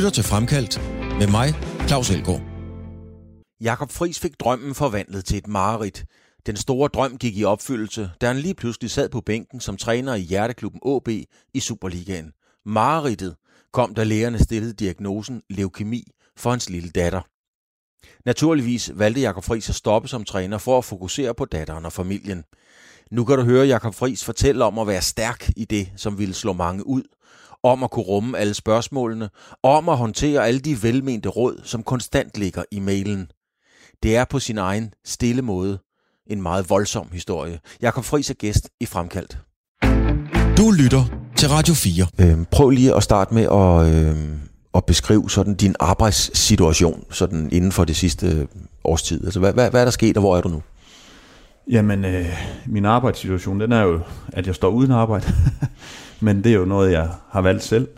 lytter til Fremkaldt med mig, Claus Elgaard. Jakob Friis fik drømmen forvandlet til et mareridt. Den store drøm gik i opfyldelse, da han lige pludselig sad på bænken som træner i hjerteklubben AB i Superligaen. Mareridtet kom, da lægerne stillede diagnosen leukemi for hans lille datter. Naturligvis valgte Jakob Friis at stoppe som træner for at fokusere på datteren og familien. Nu kan du høre Jakob Friis fortælle om at være stærk i det, som ville slå mange ud, om at kunne rumme alle spørgsmålene, og om at håndtere alle de velmente råd, som konstant ligger i mailen. Det er på sin egen stille måde en meget voldsom historie. Jakob Friis er gæst i Fremkaldt. Du lytter til Radio 4. Prøv lige at starte med at beskrive sådan din arbejdssituation sådan inden for det sidste års tid. Altså, hvad er der sket, og hvor er du nu? Jamen, min arbejdssituation, den er jo, at jeg står uden arbejde. Men det er jo noget, jeg har valgt selv.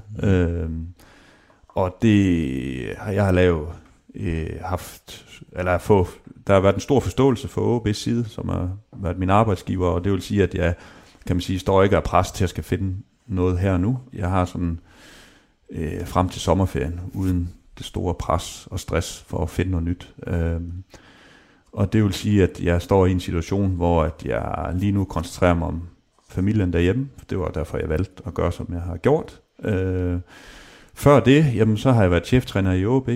Og det jeg har lavet, der har været en stor forståelse for AaB's side, som har været min arbejdsgiver, og det vil sige, at jeg, kan man sige, står ikke af pres til at skal finde noget her og nu. Jeg har sådan frem til sommerferien, uden det store pres og stress for at finde noget nyt. Og det vil sige, at jeg står i en situation, hvor at jeg lige nu koncentrerer mig om familien derhjemme. Det var derfor, jeg valgte at gøre, som jeg har gjort. Før det, jamen, så har jeg været cheftræner i AaB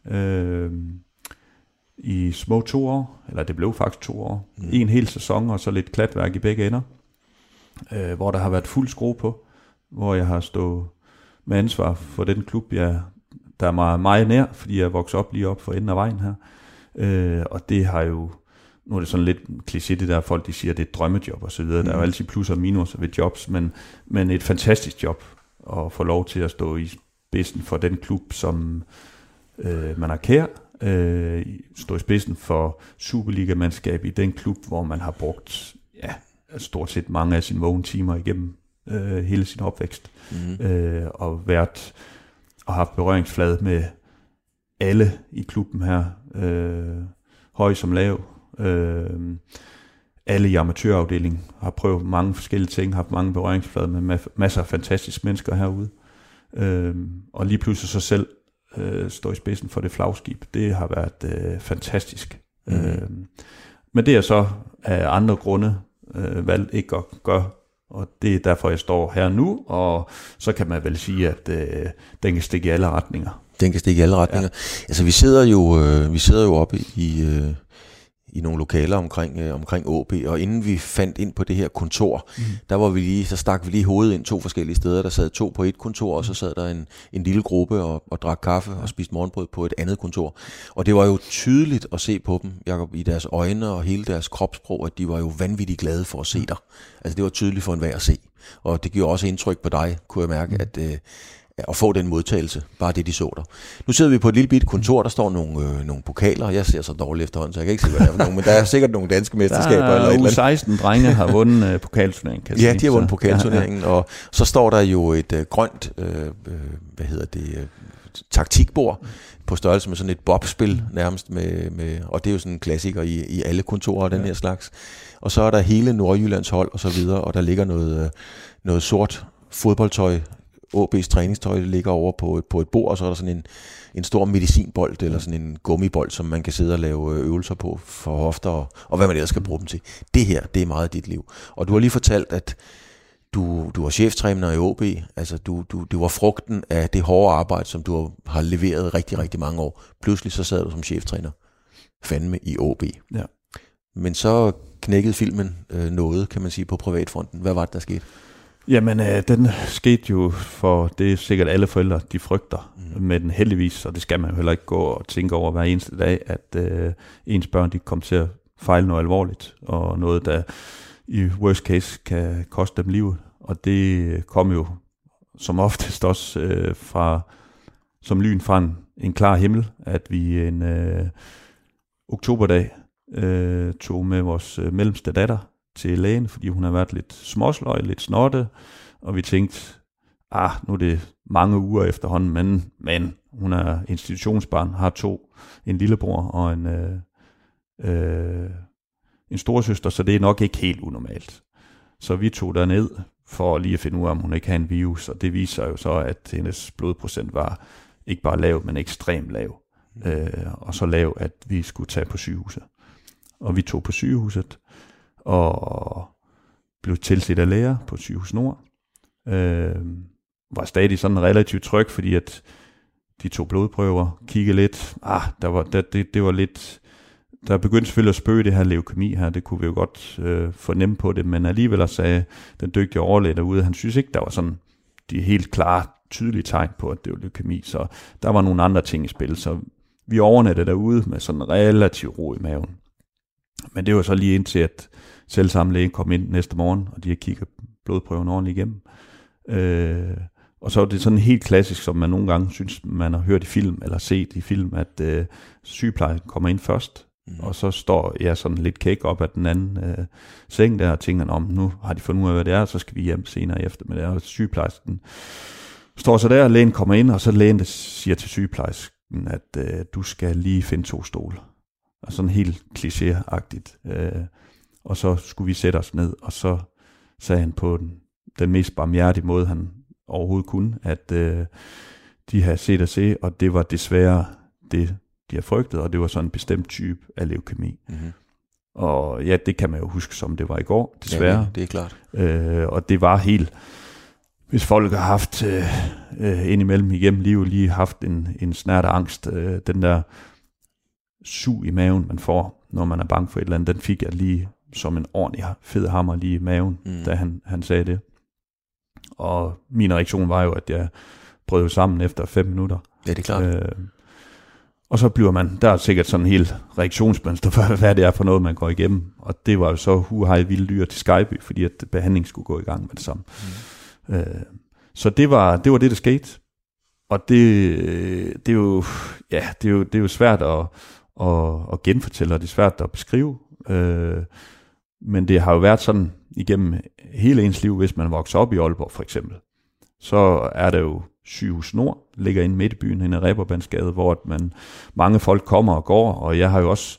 i små 2 år, eller det blev faktisk 2 år. En hel sæson, og så lidt klatværk i begge ender, hvor der har været fuld skrue på, hvor jeg har stået med ansvar for den klub, der er meget, meget nær, fordi jeg er vokset op lige op for enden af vejen her. Og det har jo, nu er det sådan lidt kliché, det der folk de siger, det er et drømmejob og så videre. Der er jo altid plus og minus ved jobs, men et fantastisk job at få lov til at stå i spidsen for den klub, som man har kær. Stå i spidsen for Superliga-mandskab i den klub, hvor man har brugt stort set mange af sine vågne timer igennem hele sin opvækst. Og haft berøringsflade med alle i klubben her, høj som lav, alle i amatørafdelingen, har prøvet mange forskellige ting, haft mange berøringsflader med masser af fantastiske mennesker herude, og lige pludselig så selv stå i spidsen for det flagskib. Det har været fantastisk. Men det er så af andre grunde valgt ikke at gøre, og det er derfor, jeg står her nu, og så kan man vel sige, at den kan stikke i alle retninger. Den kan stikke i alle retninger. Ja. Altså, vi sidder jo oppe i nogle lokaler omkring AaB, og inden vi fandt ind på det her kontor, så stak vi lige hovedet ind 2 forskellige steder. Der sad 2 på et kontor, og så sad der en lille gruppe og drak kaffe og spiste morgenbrød på et andet kontor. Og det var jo tydeligt at se på dem, Jakob, i deres øjne og hele deres kropssprog, at de var jo vanvittigt glade for at se dig. Altså, det var tydeligt for enhver at se. Og det gjorde også indtryk på dig, kunne jeg mærke, at få den modtagelse, bare det de så der. Nu sidder vi på et lille bitte kontor, der står nogle pokaler, jeg ser så dårligt efterhånden, så jeg kan ikke se, hvad det er for nogen, men der er sikkert nogle danske mesterskaber eller et eller andet. U16-drenge har vundet pokalturneringen. Ja, de har vundet pokalturneringen, og så står der jo et grønt, taktikbord på størrelse med sådan et bobspil nærmest, med, og det er jo sådan en klassiker i alle kontorer, den her slags. Og så er der hele Nordjyllands hold og så videre, og der ligger noget sort fodboldtøj. AaB's træningstøj ligger over på et bord, og så er der sådan en stor medicinbold, eller sådan en gummibold, som man kan sidde og lave øvelser på for hofter, og hvad man ellers skal bruge dem til. Det her, det er meget af dit liv. Og du har lige fortalt, at du var cheftræner i AaB, altså du var frugten af det hårde arbejde, som du har leveret rigtig, rigtig mange år. Pludselig så sad du som cheftræner fandme i AaB. Ja. Men så knækkede filmen noget, kan man sige, på privatfronten. Hvad var det, der skete? Jamen, den skete jo for, det er sikkert alle forældre, de frygter, men heldigvis, og det skal man jo heller ikke gå og tænke over hver eneste dag, at ens børn, de kommer til at fejle noget alvorligt, og noget, der i worst case kan koste dem livet. Og det kom jo som oftest også som lyn fra en klar himmel, at vi en oktoberdag tog med vores mellemste datter til lægen, fordi hun har været lidt småsløj, lidt snotte, og vi tænkte, nu er det mange uger efterhånden, men hun er institutionsbarn, har 2, en lillebror og en storesøster, så det er nok ikke helt unormalt. Så vi tog derned for lige at finde ud af, om hun ikke har en virus, og det viser jo så, at hendes blodprocent var ikke bare lav, men ekstremt lav. Og så lav, at vi skulle tage på sygehuset. Og vi tog på sygehuset, og blev tilset af læger på Sygehus Nord. Var stadig sådan relativt tryg, fordi at de tog blodprøver, kiggede lidt. Det var lidt... Der begyndte selvfølgelig at spøge det her leukemi her, det kunne vi jo godt fornemme på det, men alligevel sagde den dygtige overlæge derude, han synes ikke, der var sådan de helt klare, tydelige tegn på, at det var leukemi, så der var nogle andre ting i spil, så vi overnattede derude med sådan relativt ro i maven. Men det var så lige indtil, at selvsamme læge kom ind næste morgen, og de har kigget blodprøven ordentligt igennem. Og så er det sådan helt klassisk, som man nogle gange synes, man har hørt i film, eller set i film, at sygeplejen kommer ind først, og så står jeg sådan lidt kæk op af den anden seng der, og tænker, om nu har de fundet ud af, hvad det er, så skal vi hjem senere efter med det. Og sygeplejersken står så der, og lægen kommer ind, og så lægen siger til sygeplejersken, at du skal lige finde 2 stole. Og sådan helt klichéagtigt. Og så skulle vi sætte os ned, og så sagde han på den mest barmhjertige måde, han overhovedet kunne, at de havde set og se, og det var desværre det, de har frygtet, og det var sådan en bestemt type af leukemi. Mm-hmm. Og ja, det kan man jo huske, som det var i går, desværre. Ja, det er klart. Og det var helt... Hvis folk har haft indimellem igennem livet lige haft en snert af angst, den der sug i maven, man får, når man er bange for et eller andet, den fik jeg lige som en ordentlig fed hammer lige i maven, da han sagde det. Og min reaktion var jo, at jeg brød sammen efter 5 minutter. Ja, det er klart. Og så bliver man, der er sikkert sådan en helt reaktionsmønster for, hvad det er for noget, man går igennem. Og det var jo så huhej vilde dyr til Skype, fordi at behandlingen skulle gå i gang med det samme. Så det var det, der skete. Og det er jo svært at genfortælle, og det er svært at beskrive. Men det har jo været sådan igennem hele ens liv, hvis man vokser op i Aalborg for eksempel. Så er der jo Sygehus Nord, ligger inde midt i byen, inde i Reberbandsgade, hvor mange folk kommer og går, og jeg har jo også,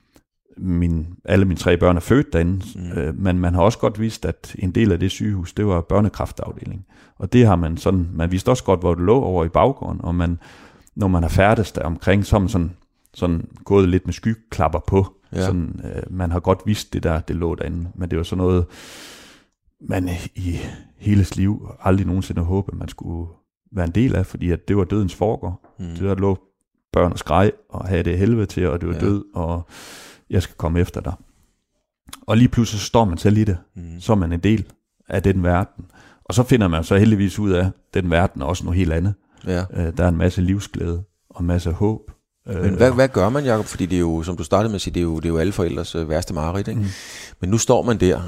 alle mine 3 børn er født derinde, men man har også godt vidst, at en del af det sygehus, det var børnekræftafdeling. Og det har man vidste også godt, hvor det lå over i baggården, og når man har færdes der omkring, så har man sådan gået lidt med skyklapper på. Ja. Sådan, man har godt vidst det lå derinde, men det var sådan noget, man i hele sit liv aldrig nogensinde håbede, man skulle være en del af, fordi at det var dødens foregår. Det der lå børn og skreg, og havde det helvede til, og det var død, og jeg skal komme efter dig. Og lige pludselig så står man selv i det, så er man en del af den verden. Og så finder man så heldigvis ud af, den verden er også noget helt andet. Ja. Der er en masse livsglæde, og en masse håb. Men hvad gør man, Jacob? Fordi det er jo, som du startede med at sige, det er jo alle forældres værste mareridt, ikke? Men nu står man der,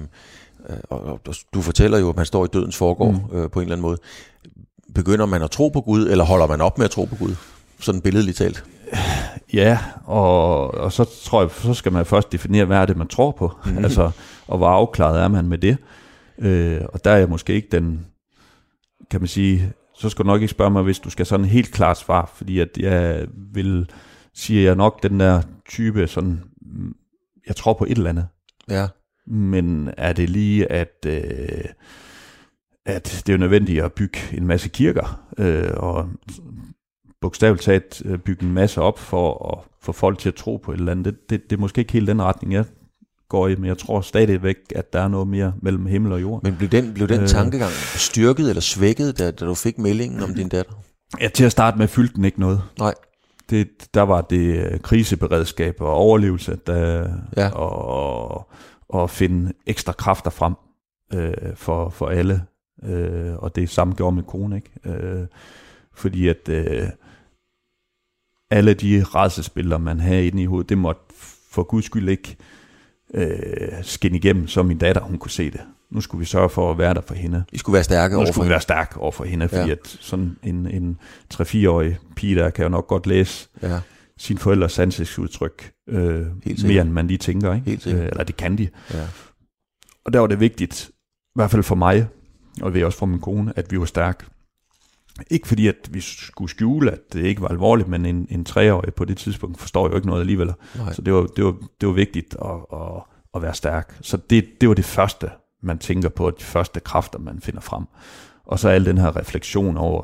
og du fortæller jo, at man står i dødens forgård på en eller anden måde. Begynder man at tro på Gud, eller holder man op med at tro på Gud? Sådan billedligt talt. Ja, og så tror jeg, så skal man først definere, hvad er det, man tror på. Altså, og hvor afklaret er man med det. Og der er jeg måske ikke den, kan man sige, så skal du nok ikke spørge mig, hvis du skal sådan helt klart svar, fordi at jeg vil sige, jeg nok den der type sådan, jeg tror på et eller andet. Ja. Men er det lige, at det er nødvendigt at bygge en masse kirker, og bogstaveligt talt bygge en masse op for at få folk til at tro på et eller andet. Det er måske ikke helt den retning, jeg går i, men jeg tror stadigvæk, at der er noget mere mellem himmel og jord. Men blev den tankegang styrket eller svækket, da du fik meldingen om din datter? Ja, til at starte med fyldte den ikke noget. Nej. Der var det kriseberedskab og overlevelse, og finde ekstra kræfter frem for alle. Og det samme gjorde min kone, ikke? Fordi at alle de rædselsbilleder, man havde inde i hovedet, det måtte for guds skyld ikke skinne igennem, så min datter, hun kunne se det. Nu skulle vi sørge for at være der for hende. I skulle være stærke overfor hende? Nu skulle vi være stærke overfor hende, fordi at sådan en 3-4-årig pige, der kan jo nok godt læse sin forældres ansigtsudtryk mere, end man lige tænker, ikke? Eller det kan de. Ja. Og der var det vigtigt, i hvert fald for mig, og ved også for min kone, at vi var stærke. Ikke fordi, at vi skulle skjule, at det ikke var alvorligt, men en 3-årig på det tidspunkt forstår jo ikke noget alligevel. Nej. Så det var vigtigt at være stærk. Så det var det første, man tænker på, de første kræfter, man finder frem. Og så al den her refleksion over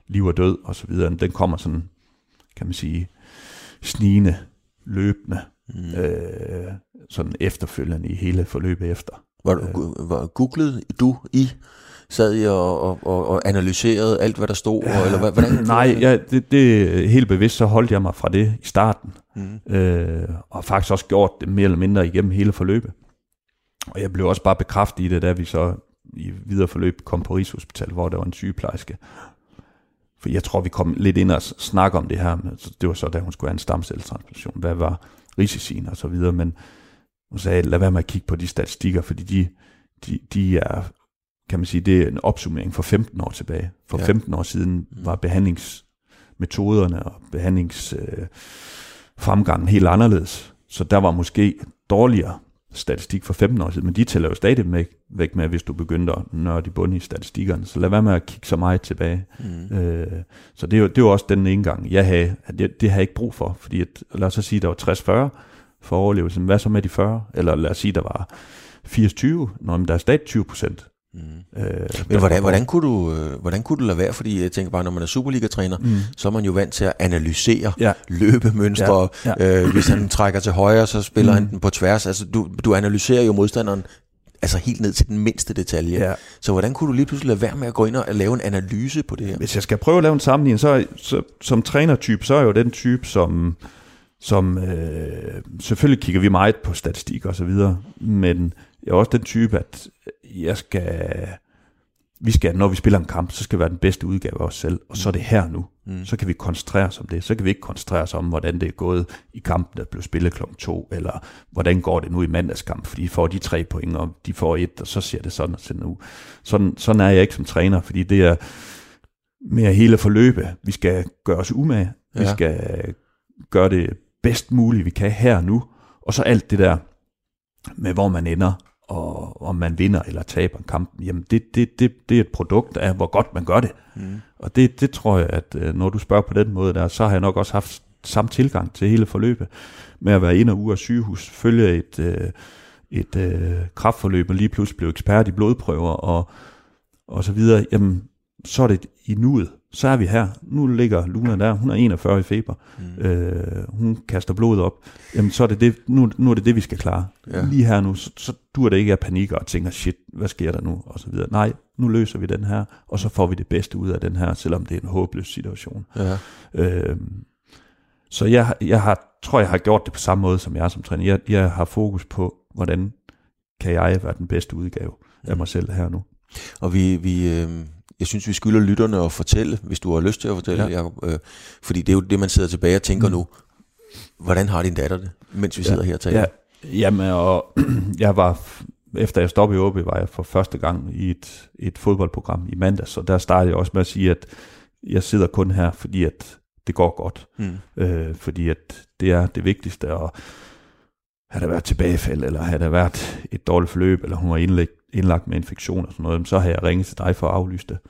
liv og død og så videre, den kommer sådan, kan man sige, snigende, løbende, sådan efterfølgende i hele forløbet efter. Googlede du sad I og analyserede alt, hvad der stod? Eller hvordan? Nej, det helt bevidst, så holdt jeg mig fra det i starten. Og faktisk også gjort det mere eller mindre igennem hele forløbet. Og jeg blev også bare bekræftet i det, da vi så i videre forløb kom på Rigshospitalet, hvor der var en sygeplejerske. For jeg tror, vi kom lidt ind og snakke om det her. Det var så, da hun skulle have en stamcelletransplantation. Hvad var risiciene og så videre. Men hun sagde, lad være med at kigge på de statistikker, fordi de er, kan man sige, det er en opsummering for 15 år tilbage. For 15 år siden var behandlingsmetoderne og behandlingsfremgangen helt anderledes. Så der var måske dårligere statistik for 15 år siden, men de tæller jo stadig væk med, hvis du begynder at nørde i bund i statistikkerne. Så lad være med at kigge så meget tilbage. Så det var også den indgang, jeg havde. Det har jeg ikke brug for, fordi lad os så sige, der var 60-40 for overlevelsen. Hvad så med de 40? Eller lad os sige, der var 80-20. Nå, men der er stadig 20%. Men hvordan kunne du lade være? Fordi jeg tænker bare, når man er Superliga-træner, så er man jo vant til at analysere løbemønstre. Hvis han trækker til højre, så spiller han den på tværs. Altså, du analyserer jo modstanderen altså helt ned til den mindste detalje. Ja. Så hvordan kunne du lige pludselig lade være med at gå ind og lave en analyse på det her? Hvis jeg skal prøve at lave en sammenligning, så som trænertype, så er jeg jo den type, som selvfølgelig kigger vi meget på statistik og så videre, men jeg er også den type, at vi skal, når vi spiller en kamp, så skal det være den bedste udgave af os selv, og så er det her nu. Så kan vi koncentrere os om det. Så kan vi ikke koncentrere os om, hvordan det er gået i kampen, der blev spillet kl. 2, eller hvordan går det nu i mandagskamp, fordi de får de 3 point, og de får 1, og så ser det sådan og sådan ud. Sådan er jeg ikke som træner, fordi det er mere hele forløbet. Vi skal gøre os umage. Vi skal gøre det bedst muligt, vi kan her nu, og så alt det der med, hvor man ender, og om man vinder eller taber en kamp, jamen det er et produkt af, hvor godt man gør det. Og det tror jeg, at når du spørger på den måde der, så har jeg nok også haft samme tilgang til hele forløbet, med at være inde og ude af sygehus, følge et kræftforløb, og lige pludselig blive ekspert i blodprøver, og så videre, jamen så er det i nuet. Så er vi her. Nu ligger Luna der. Hun er 41 i feber. Hun kaster blodet op. Jamen, så er det nu er det det, vi skal klare. Ja. Lige her nu, så dur det ikke af panik og tænker, shit, hvad sker der nu? Og så videre. Nej, nu løser vi den her, og så får vi det bedste ud af den her, selvom det er en håbløs situation. Ja. Så jeg tror, jeg har gjort det på samme måde, som jeg er som træner. Jeg har fokus på, hvordan kan jeg være den bedste udgave af mig selv her nu. Og jeg synes, vi skylder lytterne at fortælle, hvis du har lyst til at fortælle, Jacob, fordi det er jo det, man sidder tilbage og tænker nu. Hvordan har din datter det, mens vi sidder her og taler? Jamen, og jeg var, efter jeg stoppede i OB, var jeg for første gang i et fodboldprogram i mandags, og der startede jeg også med at sige, at jeg sidder kun her, fordi at det går godt. Fordi at det er det vigtigste, og har der været tilbagefald, eller har der været et dårligt forløb, eller hun var indlagt med infektion og sådan noget, så har jeg ringet til dig for at aflyse det.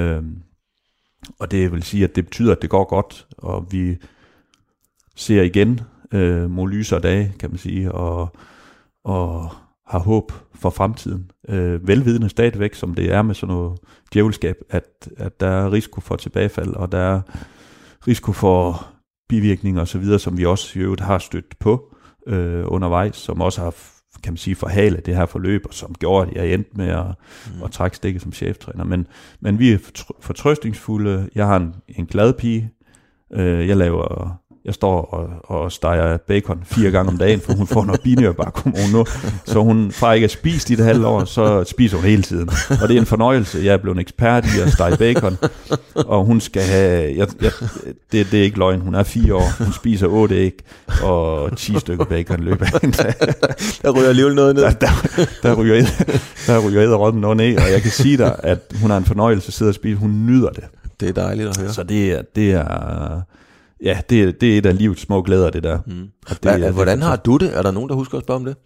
Og det vil sige, at det betyder, at det går godt, og vi ser igen mod lysere dage, kan man sige, og har håb for fremtiden. Velvidende stadigvæk, som det er med sådan noget djævelskab, at der er risiko for tilbagefald, og der er risiko for bivirkninger og så videre, som vi også i øvrigt har stødt på undervejs, som også har, kan man sige, forhalet det her forløb, og som gjorde, at jeg endte med at trække stikket som cheftræner. Men vi er fortrøstningsfulde. Jeg har en glad pige. Jeg står og steger bacon 4 gange om dagen, for hun får noget binyrbarkhormon nu. Så hun fra ikke at spise i det halve år, så spiser hun hele tiden. Og det er en fornøjelse. Jeg er blevet en ekspert i at stege bacon, og hun skal have... det er ikke løgn. Hun er 4 år. Hun spiser 8 æg og 10 stykker bacon i løbet af en dag. Der ryger alligevel noget ned. Der ryger æderrødden noget ned, og jeg kan sige dig, at hun har en fornøjelse at sidde og spise. Hun nyder det. Det er dejligt at høre. Så det er det er et af livets små glæder, det der. Hvordan har du det? Er der nogen, der husker at spørge om det?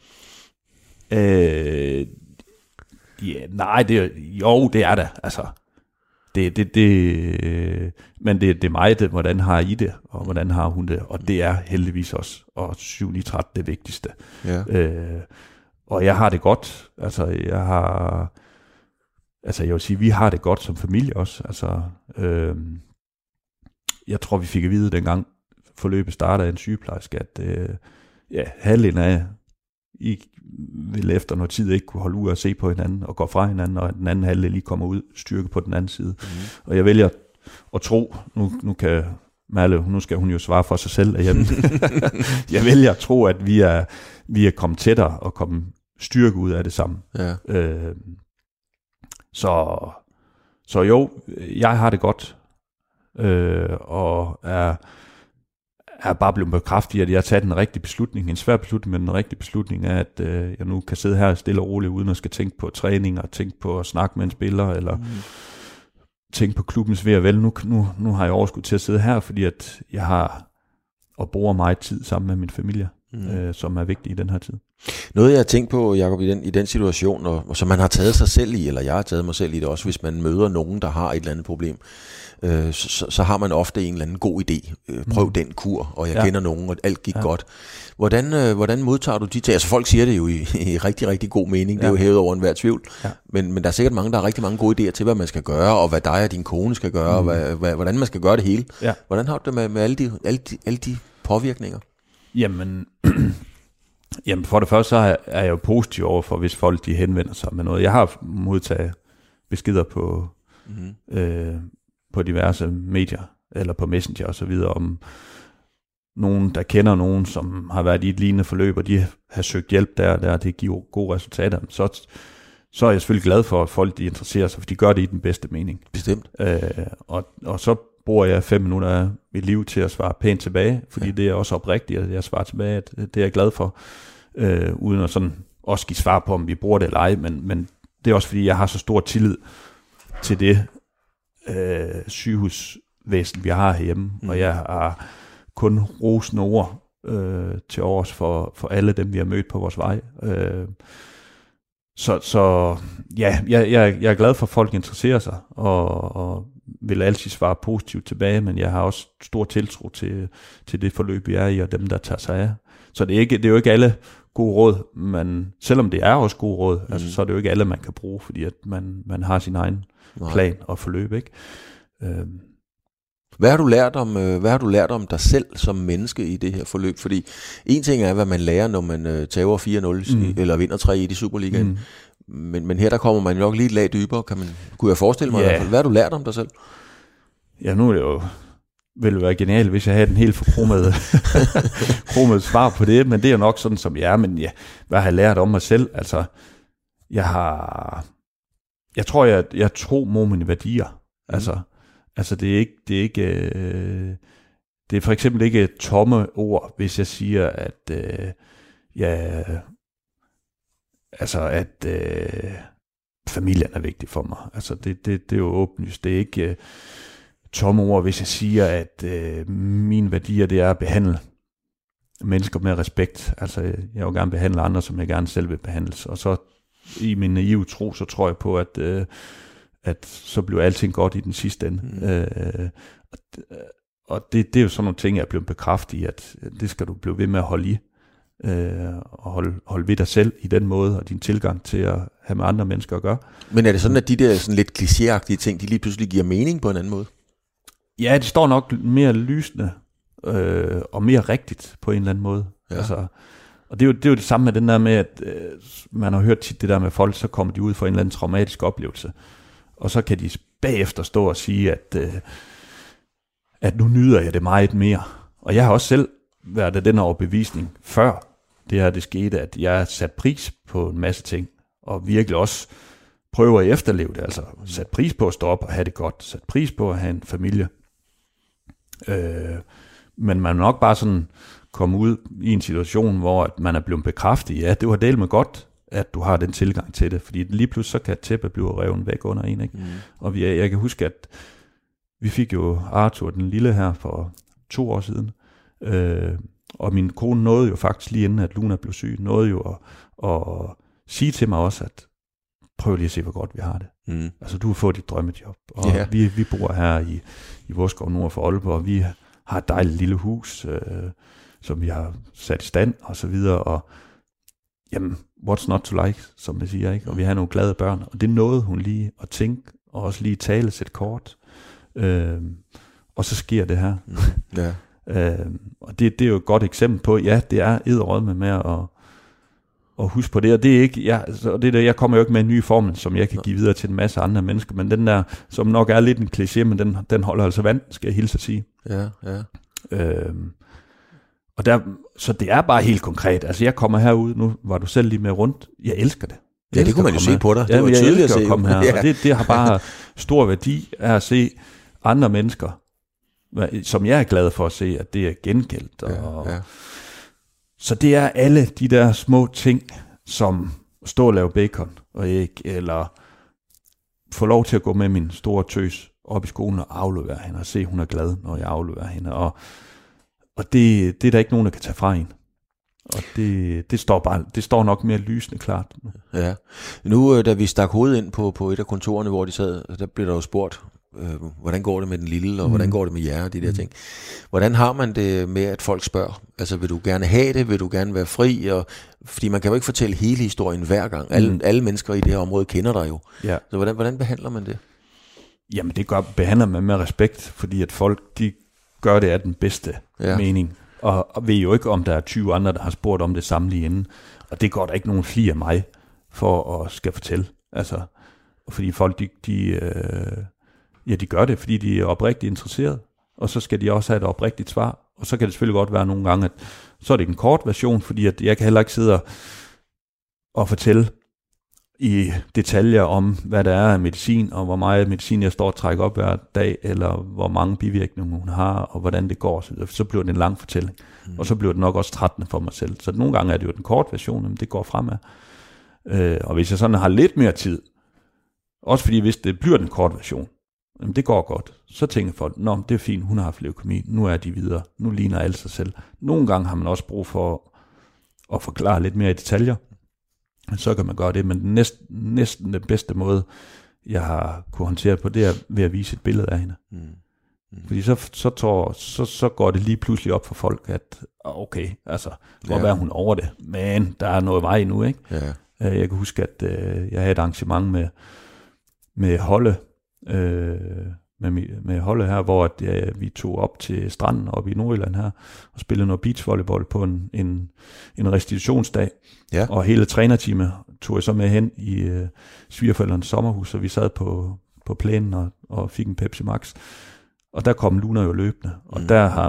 Nej, det er det. Altså, men det er mig, hvordan har I det, og hvordan har hun det, og det er heldigvis også, og 7-9-13 det vigtigste. Ja. Og jeg har det godt. Altså, jeg vil sige, vi har det godt som familie også. Altså, jeg tror, vi fik at vide dengang forløbet startede af en sygeplejerske, at halvdelen af I vil efter noget tid ikke kunne holde ud og se på hinanden og gå fra hinanden, og den anden halvdel lige kommer ud styrke på den anden side. Og jeg vælger at tro, nu kan Merle, nu skal hun jo svare for sig selv derhjemme. Jeg vælger at tro, at vi er kommet tættere og kommet styrke ud af det sammen. Ja. Så jo, jeg har det godt, og er bare blevet bekræftet i, at jeg har taget en rigtig beslutning, en svær beslutning, men en rigtig beslutning er, at jeg nu kan sidde her stille og roligt, uden at skal tænke på træning, og tænke på at snakke med en spiller, eller tænke på klubbens ved og vel. Nu har jeg overskud til at sidde her, fordi at jeg har og bruger meget tid sammen med min familie, som er vigtig i den her tid. Noget jeg har tænkt på, Jacob, i den situation, og som man har taget sig selv i, eller jeg har taget mig selv i det også, hvis man møder nogen, der har et eller andet problem, så har man ofte en eller anden god idé. Prøv den kur, og jeg kender nogen, og alt gik godt. Hvordan modtager du de ting? Altså folk siger det jo i rigtig, rigtig god mening, det er jo hævet over enhver tvivl, men der er sikkert mange, der har rigtig mange gode idéer til, hvad man skal gøre, og hvad dig og din kone skal gøre, og hvordan man skal gøre det hele. Ja. Hvordan har du det med alle de påvirkninger? Jamen, for det første så er jeg jo positiv over for, hvis folk de henvender sig med noget. Jeg har modtaget beskeder på diverse medier, eller på Messenger og så videre, om nogen, der kender nogen, som har været i et lignende forløb, og de har søgt hjælp der det giver gode resultater. Så er jeg selvfølgelig glad for, at folk de interesserer sig, for de gør det i den bedste mening. Bestemt. Og så bruger jeg 5 minutter af mit liv til at svare pænt tilbage, fordi det er også oprigtigt, at jeg svarer tilbage, at det er jeg glad for, uden at sådan også give svar på, om vi bruger det eller ej, men det er også fordi, jeg har så stor tillid til det sygehusvæsen, vi har herhjemme, og jeg har kun rosende ord til overs for alle dem, vi har mødt på vores vej. Så ja, jeg er glad for, at folk interesserer sig, og vil altid svare positivt tilbage, men jeg har også stor tiltro til det forløb, vi er i, og dem, der tager sig af. Så det er jo ikke alle gode råd, men selvom det er også gode råd, altså, så er det jo ikke alle, man kan bruge, fordi at man har sin egen plan og forløb, ikke? Hvad har du lært om dig selv som menneske i det her forløb? Fordi en ting er, hvad man lærer, når man tager 4-0 eller vinder 3-1 i Superligaen. Men her der kommer man nok lige et lag dybere, kunne jeg forestille mig i hvert fald. Hvad har du lært om dig selv? Ja, nu er det jo ville være genialt, hvis jeg havde en helt forkromet svar på det, men det er jo nok sådan, som jeg er. Men ja, hvad har jeg lært om mig selv? Altså, jeg tror, jeg tror mod mine værdier. Altså det er for eksempel ikke tomme ord, hvis jeg siger, at familien er vigtig for mig. Altså det er jo åbenlyst. Det er ikke tomme ord, hvis jeg siger, at mine værdier, det er at behandle mennesker med respekt. Altså jeg vil gerne behandle andre, som jeg gerne selv vil behandles. Og så i min naive tro, så tror jeg på, at så bliver alting godt i den sidste ende. Og det er jo sådan nogle ting, jeg er blevet bekræftet i, at det skal du blive ved med at holde i. Og holde ved dig selv i den måde, og din tilgang til at have med andre mennesker at gøre. Men er det sådan, at de der sådan lidt klichéagtige ting, de lige pludselig giver mening på en anden måde? Ja, det står nok mere lysende og mere rigtigt på en eller anden måde. Ja. Altså, og det er jo det samme med den der med, at man har hørt tit det der med folk, så kommer de ud for en eller anden traumatisk oplevelse. Og så kan de bagefter stå og sige, at nu nyder jeg det meget mere. Og jeg har også selv været af den overbevisning før det skete, at jeg har sat pris på en masse ting, og virkelig også prøver at efterleve det. Altså sat pris på at stå op og have det godt, sat pris på at have en familie. Men man nok bare sådan komme ud i en situation, hvor man er blevet bekræftet, ja, det var delt med godt, at du har den tilgang til det, fordi lige pludselig så kan tæppet blive revet væk under en, ikke? Og jeg kan huske, at vi fik jo Arthur den lille her for 2 år siden, og min kone nåede jo faktisk lige inden, at Luna blev syg, nåede jo at sige til mig også, at prøv lige at se, hvor godt vi har det. Altså, du har fået dit drømmejob, og vi bor her i Vorskov nord for Aalborg, og vi har et dejligt lille hus, som vi har sat i stand, og så videre, og jamen, what's not to like, som man siger, ikke? Og vi har nogle glade børn, og det nåede hun lige at tænke, og også lige tale, sætte kort, og så sker det her. Ja. Og det er jo et godt eksempel på, ja, det er edderrødme med at huske på det, og det er ikke, jeg kommer jo ikke med en ny formel, som jeg kan give videre til en masse andre mennesker, men den der, som nok er lidt en kliché, men den holder altså vand, skal jeg hilse at sige. Ja. Og så det er bare helt konkret. Altså jeg kommer herud, nu var du selv lige med rundt, jeg elsker det. Ja, det kunne man jo se på dig. Det var tydeligt at se. At komme her, ja. Og det har bare stor værdi af at se andre mennesker, som jeg er glad for at se, at det er gengældt. Ja. Så det er alle de der små ting, som stå og lave bacon og æg, eller få lov til at gå med min store tøs op i skolen og aflevere hende, og se, hun er glad, når jeg afleverer hende. Og det er der ikke nogen, der kan tage fra en. Og det står nok mere lysende klart. Ja. Nu, da vi stak hovedet ind på et af kontorerne, hvor de sad, der blev der jo spurgt, hvordan går det med den lille, og hvordan går det med jer, og de der ting. Hvordan har man det med, at folk spørger? Altså, vil du gerne have det? Vil du gerne være fri? Fordi man kan jo ikke fortælle hele historien hver gang. Alle mennesker i det her område kender dig jo. Ja. Så hvordan behandler man det? Jamen, det behandler man med respekt, fordi at folk, de gør det af den bedste mening. Og ved jo ikke, om der er 20 andre, der har spurgt om det samme lige inden. Og det går der ikke nogen fli af mig for at skal fortælle. Altså, fordi folk, de gør det, fordi de er oprigtigt interesserede. Og så skal de også have et oprigtigt svar. Og så kan det selvfølgelig godt være nogle gange, at så er det en kort version, fordi at jeg kan heller ikke sidde og fortælle i detaljer om, hvad der er af medicin, og hvor meget medicin jeg står og trækker op hver dag, eller hvor mange bivirkninger hun har, og hvordan det går. Så bliver det en lang fortælling. Og så bliver det nok også trættende for mig selv. Så nogle gange er det jo den korte version, men det går fremad. Og hvis jeg sådan har lidt mere tid, også fordi hvis det bliver den korte version, jamen det går godt, så tænker folk, nå, det er fint, hun har haft leukæmi, nu er de videre, nu ligner alle sig selv. Nogle gange har man også brug for at forklare lidt mere i detaljer, så kan man gøre det, men næsten den bedste måde, jeg har kunne håndtere på, det er ved at vise et billede af hende. Fordi så går det lige pludselig op for folk, at okay, altså, hvor er hun over det, men der er noget vej nu, ikke? Ja. Jeg kan huske, at jeg havde et arrangement med Holle, med Holle her, hvor vi tog op til stranden oppe i Nordjylland her, og spillede noget beachvolleyball på en restitutionsdag. Ja. Og hele trænerteamet tog jeg så med hen i svigerforældrenes sommerhus, og vi sad på plænen og fik en Pepsi Max. Og der kom Luna jo løbende, og der har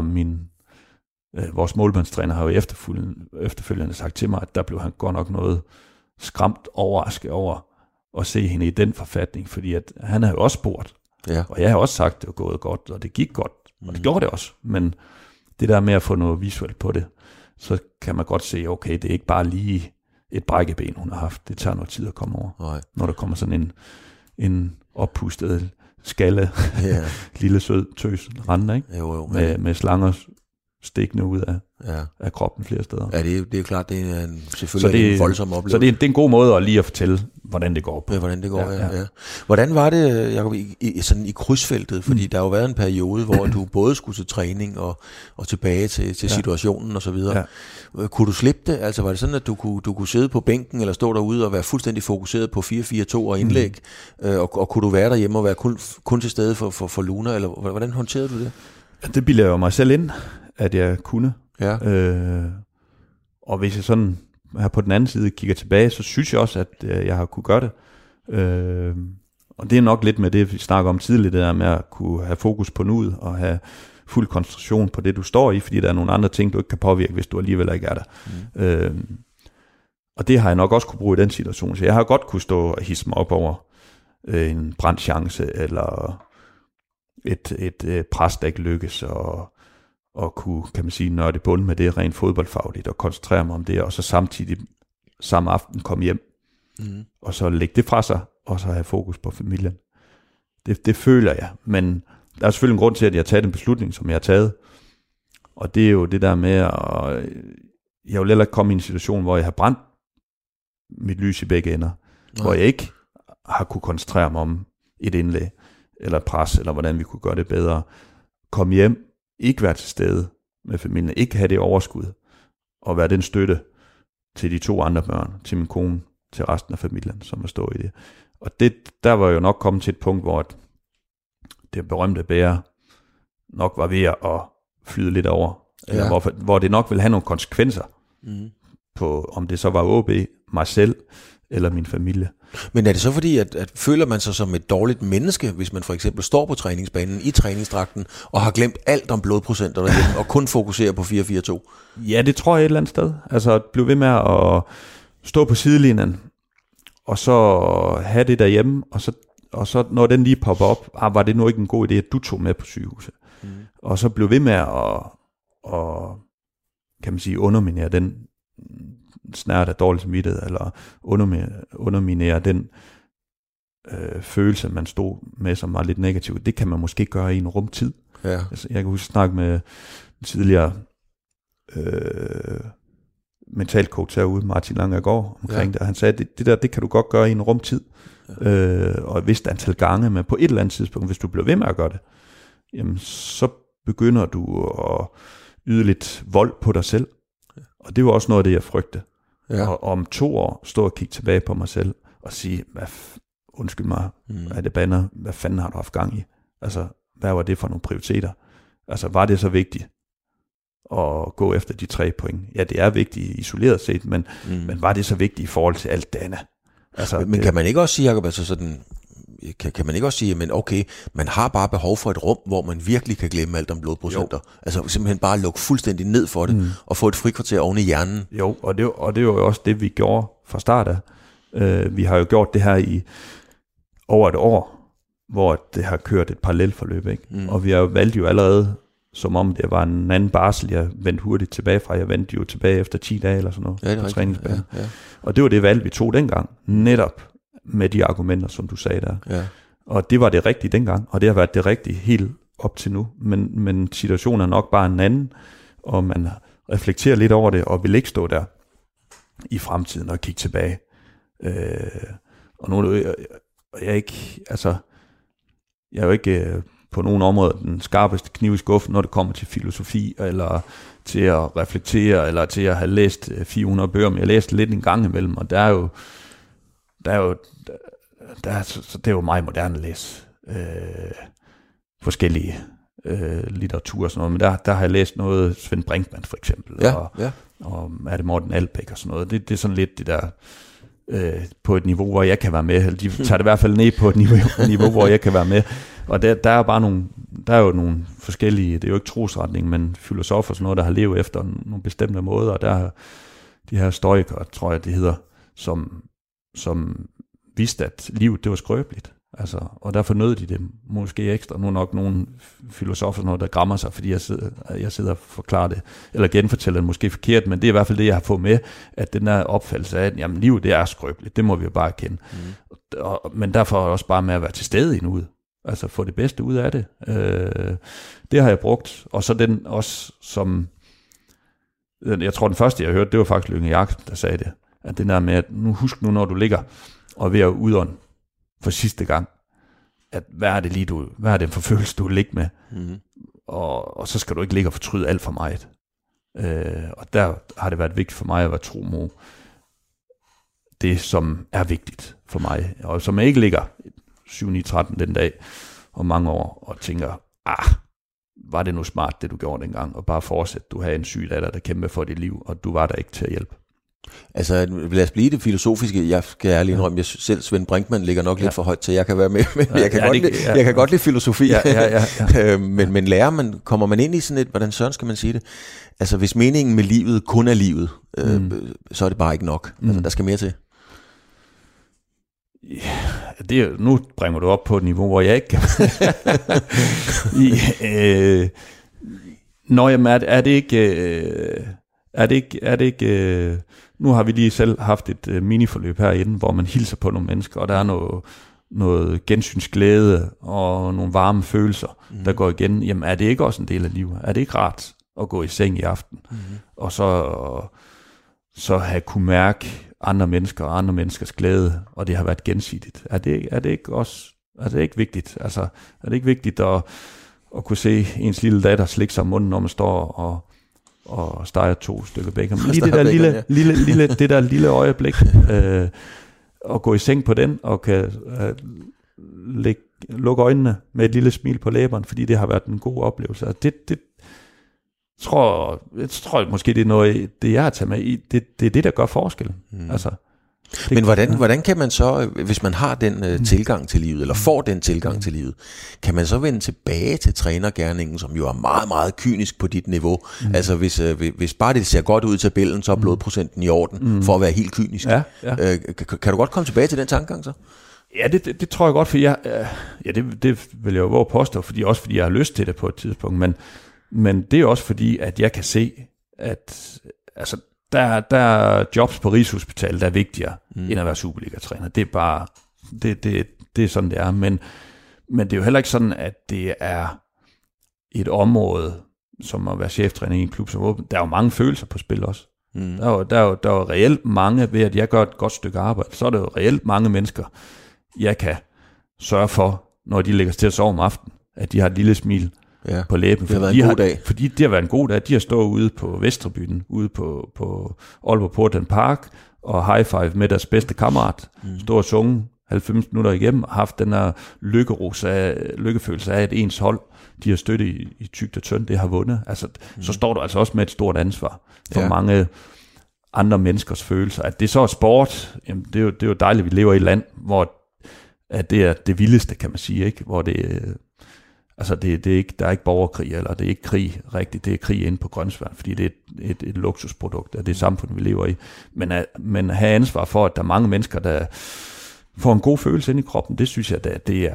vores målmandstræner har jo efterfølgende sagt til mig, at der blev han godt nok noget skræmt overrasket over at se hende i den forfatning, fordi at han har jo også spurgt, og jeg har også sagt, at det var gået godt, og det gik godt, og det gjorde det også, men det der med at få noget visuelt på det, så kan man godt se, okay, det er ikke bare lige et brækkeben, hun har haft, det tager noget tid at komme over. Nej. Når der kommer sådan en oppustet skalle, lille sød tøs rende, ikke? Jo, med slanger stikkende ud af kroppen flere steder. Ja, det er klart, det er selvfølgelig en voldsom oplevelse. Så det er en god måde at lige at fortælle, hvordan det går på. Ja, hvordan det går, ja. Hvordan var det, Jacob, sådan i krydsfeltet? Fordi der har jo været en periode, hvor du både skulle til træning og tilbage til situationen og så videre. Ja. Kunne du slippe det? Altså var det sådan, at du kunne sidde på bænken eller stå derude og være fuldstændig fokuseret på 4-4-2 og indlæg? Og kunne du være derhjemme og være kun til stede for Luna? Eller hvordan håndterede du det? Det bildte jeg jo mig selv ind, at jeg kunne. Ja. Og hvis jeg sådan her på den anden side kigger tilbage, så synes jeg også, at jeg har kunne gøre det. Og det er nok lidt med det, vi snakker om tidligere, det der med at kunne have fokus på nuet, og have fuld koncentration på det, du står i, fordi der er nogle andre ting, du ikke kan påvirke, hvis du alligevel ikke er der. Og det har jeg nok også kunne bruge i den situation. Så jeg har godt kunne stå og hisse mig op over en brandchance, eller et pres, der ikke lykkes, og kunne, kan man sige, nørde bund med det rent fodboldfagligt, og koncentrere mig om det, og så samtidig samme aften komme hjem, og så lægge det fra sig, og så have fokus på familien. Det føler jeg, men der er selvfølgelig en grund til, at jeg har taget en beslutning, som jeg har taget, og det er jo det der med, at jeg vil heller ikke komme i en situation, hvor jeg har brændt mit lys i begge ender, hvor jeg ikke har kunne koncentrere mig om et indlæg, eller pres, eller hvordan vi kunne gøre det bedre. Kom hjem, ikke være til stede med familien, ikke have det overskud, og være den støtte til de 2 andre børn, til min kone, til resten af familien, som er stået i det. Og der var jo nok kommet til et punkt, hvor det berømte bære, nok var ved at flyde lidt over. Eller hvor det nok ville have nogle konsekvenser på, om det så var OB, mig selv eller min familie. Men er det så fordi, at føler man sig som et dårligt menneske, hvis man for eksempel står på træningsbanen i træningsdragten og har glemt alt om blodprocenter derhjemme og kun fokuserer på 4-4-2? Ja, det tror jeg et eller andet sted. Altså at blive ved med at stå på sidelinjen, og så have det derhjemme, og så når den lige popper op, var det nu ikke en god idé, at du tog med på sygehuset. Og så blive ved med at kan man sige, underminere den snært af dårlig samvittighed, eller underminere den følelse, man stod med, som var lidt negativ. Det kan man måske gøre i en rumtid. Ja. Altså, jeg kan huske snakke med tidligere mentalcoach herude, Martin Langergaard, omkring det. Han sagde, det kan du godt gøre i en rumtid, og et vist antal gange, men på et eller andet tidspunkt, hvis du bliver ved med at gøre det, jamen, så begynder du at yde lidt vold på dig selv. Og det var også noget af det, jeg frygte. Ja. Og om 2 år stå og kigge tilbage på mig selv og sige, undskyld mig, er det bander, hvad fanden har du haft gang i? Altså, hvad var det for nogle prioriteter? Altså, var det så vigtigt at gå efter de 3 point? Ja, det er vigtigt isoleret set, men var det så vigtigt i forhold til alt det andet? Altså, men kan man ikke også sige, Jacob, altså sådan, kan man ikke også sige, men okay, man har bare behov for et rum, hvor man virkelig kan glemme alt om blodprocenter? Jo. Altså simpelthen bare lukke fuldstændig ned for det, og få et frikvarter oven i hjernen? Jo, og det var jo også det, vi gjorde fra start af. Vi har jo gjort det her i over et år, hvor det har kørt et parallelforløb, ikke? Og vi har jo valgt jo allerede, som om det var en anden barsel, jeg vendte hurtigt tilbage fra. Jeg vendte jo tilbage efter 10 dage eller sådan noget på træningsbanen. Ja. Og det var det valg, vi tog dengang, netop med de argumenter, som du sagde der. Ja. Og det var det rigtige dengang, og det har været det rigtige helt op til nu. Men situationen er nok bare en anden, og man reflekterer lidt over det, og vil ikke stå der i fremtiden og kigge tilbage. Og nu er jeg ikke, altså, jeg er jo ikke på nogen områder den skarpeste kniv i skuffen, når det kommer til filosofi, eller til at reflektere, eller til at have læst 400 bøger, men jeg læste lidt en gang imellem, og det er jo meget moderne at læse forskellige litteratur og sådan noget, men der har jeg læst noget Svend Brinkmann for eksempel, og er det Morten Albæk og sådan noget. Det er sådan lidt det der på et niveau, hvor jeg kan være med. De tager det i hvert fald ned på et niveau, hvor jeg kan være med. Og der er bare der er jo nogle forskellige, det er jo ikke trosretning, men filosofer og sådan noget, der har levet efter nogle bestemte måder, og der er de her stoikere, tror jeg det hedder, som vidste, at livet det var skrøbeligt. Altså, og derfor nød de det måske ekstra. Nu er nok nogle filosofer, noget, der grammer sig, fordi jeg sidder og forklarer det, eller genfortæller det måske forkert, men det er i hvert fald det, jeg har fået med, at den der opfattelse af, at jamen, livet det er skrøbeligt, det må vi jo bare kende. Men derfor er også bare med at være til stede i nuet. Altså få det bedste ud af det. Det har jeg brugt. Og så den også som, jeg tror den første, jeg hørte, det var faktisk Lykke Jacobsen, der sagde det. At det der med, at husk nu, når du ligger og er ved at udånde for sidste gang, at hvad er det for følelse, du ligger med? Og så skal du ikke ligge og fortryde alt for meget. Og der har det været vigtigt for mig at være tro mod det, som er vigtigt for mig. Og som jeg ikke ligger 7-9-13 den dag og mange år og tænker, var det nu smart, det du gjorde dengang, og bare fortsæt. Du havde en syg datter, der kæmper for dit liv, og du var der ikke til at hjælpe. Altså, lad os blive det filosofiske. Jeg skal ærligt indrømme, jeg selv, Svend Brinkmann, ligger nok lidt for højt til, jeg kan være med, men jeg kan godt lide filosofi. Men lærer man, kommer man ind i sådan et, hvordan søren skal man sige det? Altså, hvis meningen med livet kun er livet, så er det bare ikke nok. Altså, der skal mere til. Ja, nu bringer du op på et niveau, hvor jeg ikke kan. Jamen, er det ikke nu har vi lige selv haft et miniforløb herinde, hvor man hilser på nogle mennesker, og der er noget gensynsglæde og nogle varme følelser, der går igen. Jamen, er det ikke også en del af livet? Er det ikke rart at gå i seng i aften, og så have kunne mærke andre mennesker og andre menneskers glæde, og det har været gensidigt? Er det ikke også, er det ikke vigtigt? Altså, er det ikke vigtigt at kunne se ens lille datter slikke sig om munden, når man står og steger 2 stykker bacon? Lige det der det der lille øjeblik, og gå i seng på den, og kan lukke øjnene med et lille smil på læberne, fordi det har været en god oplevelse. Og det tror jeg måske, det er noget, det jeg har taget med i. Det er det, der gør forskellen. Altså, men hvordan kan man så, hvis man har den tilgang til livet, eller får den tilgang til livet, kan man så vende tilbage til trænergerningen, som jo er meget, meget kynisk på dit niveau? Altså hvis bare det ser godt ud i tabellen, så er blodprocenten i orden, for at være helt kynisk. Ja. Kan du godt komme tilbage til den tankegang så? Ja, det tror jeg godt, for det vil jeg jo våge påstå, fordi jeg har lyst til det på et tidspunkt, men det er også fordi, at jeg kan se, at altså, der er jobs på Rigshospitalet, der er vigtigere, end at være Superliga-træner. Det er bare, det er sådan, det er. Men det er jo heller ikke sådan, at det er et område, som at være cheftræner i en klub som åben. Der er jo mange følelser på spil også. Der er jo reelt mange, ved at jeg gør et godt stykke arbejde, så er der jo reelt mange mennesker, jeg kan sørge for, når de lægger sig til at sove om aftenen, at de har et lille smil på læben. Det har været en god dag. Fordi det har været en god dag. De har stået ude på Vestrebyen, ude på Aalborg Portland Park, og high five med deres bedste kammerat. Stå og sunge 90 minutter igennem, og haft den her lykkefølelse af, at ens hold, de har støttet i tykt og tyndt, det har vundet. Altså, så står du altså også med et stort ansvar for mange andre menneskers følelser. At det så er sport, jamen, det er jo dejligt, at vi lever i et land, hvor at det er det vildeste, kan man sige, ikke? Hvor det altså det er ikke, der er ikke borgerkrig, eller det er ikke krig rigtigt, det er krig inde på Grønsværd, fordi det er et luksusprodukt af det samfund, vi lever i. Men at have ansvar for, at der er mange mennesker, der får en god følelse ind i kroppen, det synes jeg, det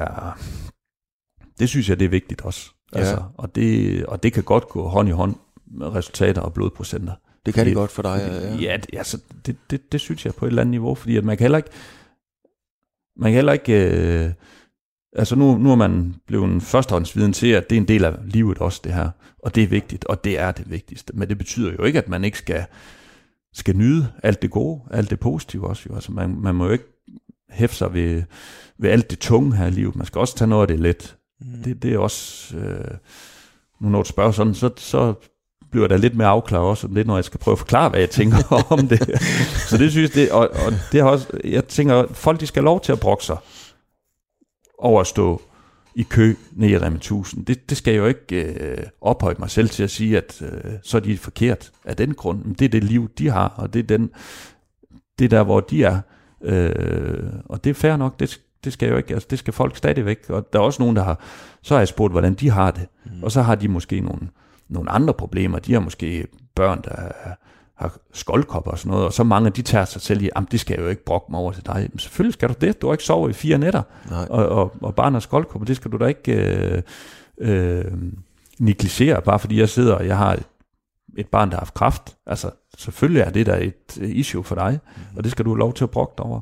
er vigtigt også. Altså, og det kan godt gå hånd i hånd med resultater og blodprocenter. Det kan det godt for dig, ja. Altså, det synes jeg på et eller andet niveau, fordi at man kan heller ikke altså nu er man blevet en førstehåndsviden til, at det er en del af livet også, det her. Og det er vigtigt, og det er det vigtigste. Men det betyder jo ikke, at man ikke skal nyde alt det gode, alt det positive også. Jo. Altså man må jo ikke hæfte sig ved alt det tunge her i livet. Man skal også tage noget af det let. Det er også, nu når du spørger sådan, så bliver der lidt mere afklaret også om det, når jeg skal prøve at forklare, hvad jeg tænker om det. Så det synes jeg, og det har også, jeg tænker, folk de skal have lov til at brokke sig over at stå i kø ned i Rema 1000. Det skal jeg jo ikke ophøje mig selv til at sige, at så er de forkert af den grund. Men det er det liv, de har, og det er der, hvor de er. Og det er fair nok, det skal jo ikke, altså det skal folk stadigvæk. Og der er også nogen, så har jeg spurgt, hvordan de har det. Og så har de måske nogle andre problemer. De har måske børn, der har skoldkopper og sådan noget, og så mange de tager sig selv i, det skal jeg jo ikke brokke mig over til dig. Men selvfølgelig skal du det. Du har ikke sovet i 4 nætter, og barn har skoldkopper, det skal du da ikke negligere, bare fordi jeg har et barn, der har haft kræft. Altså, selvfølgelig er det der et issue for dig, og det skal du have lov til at brokke dig over.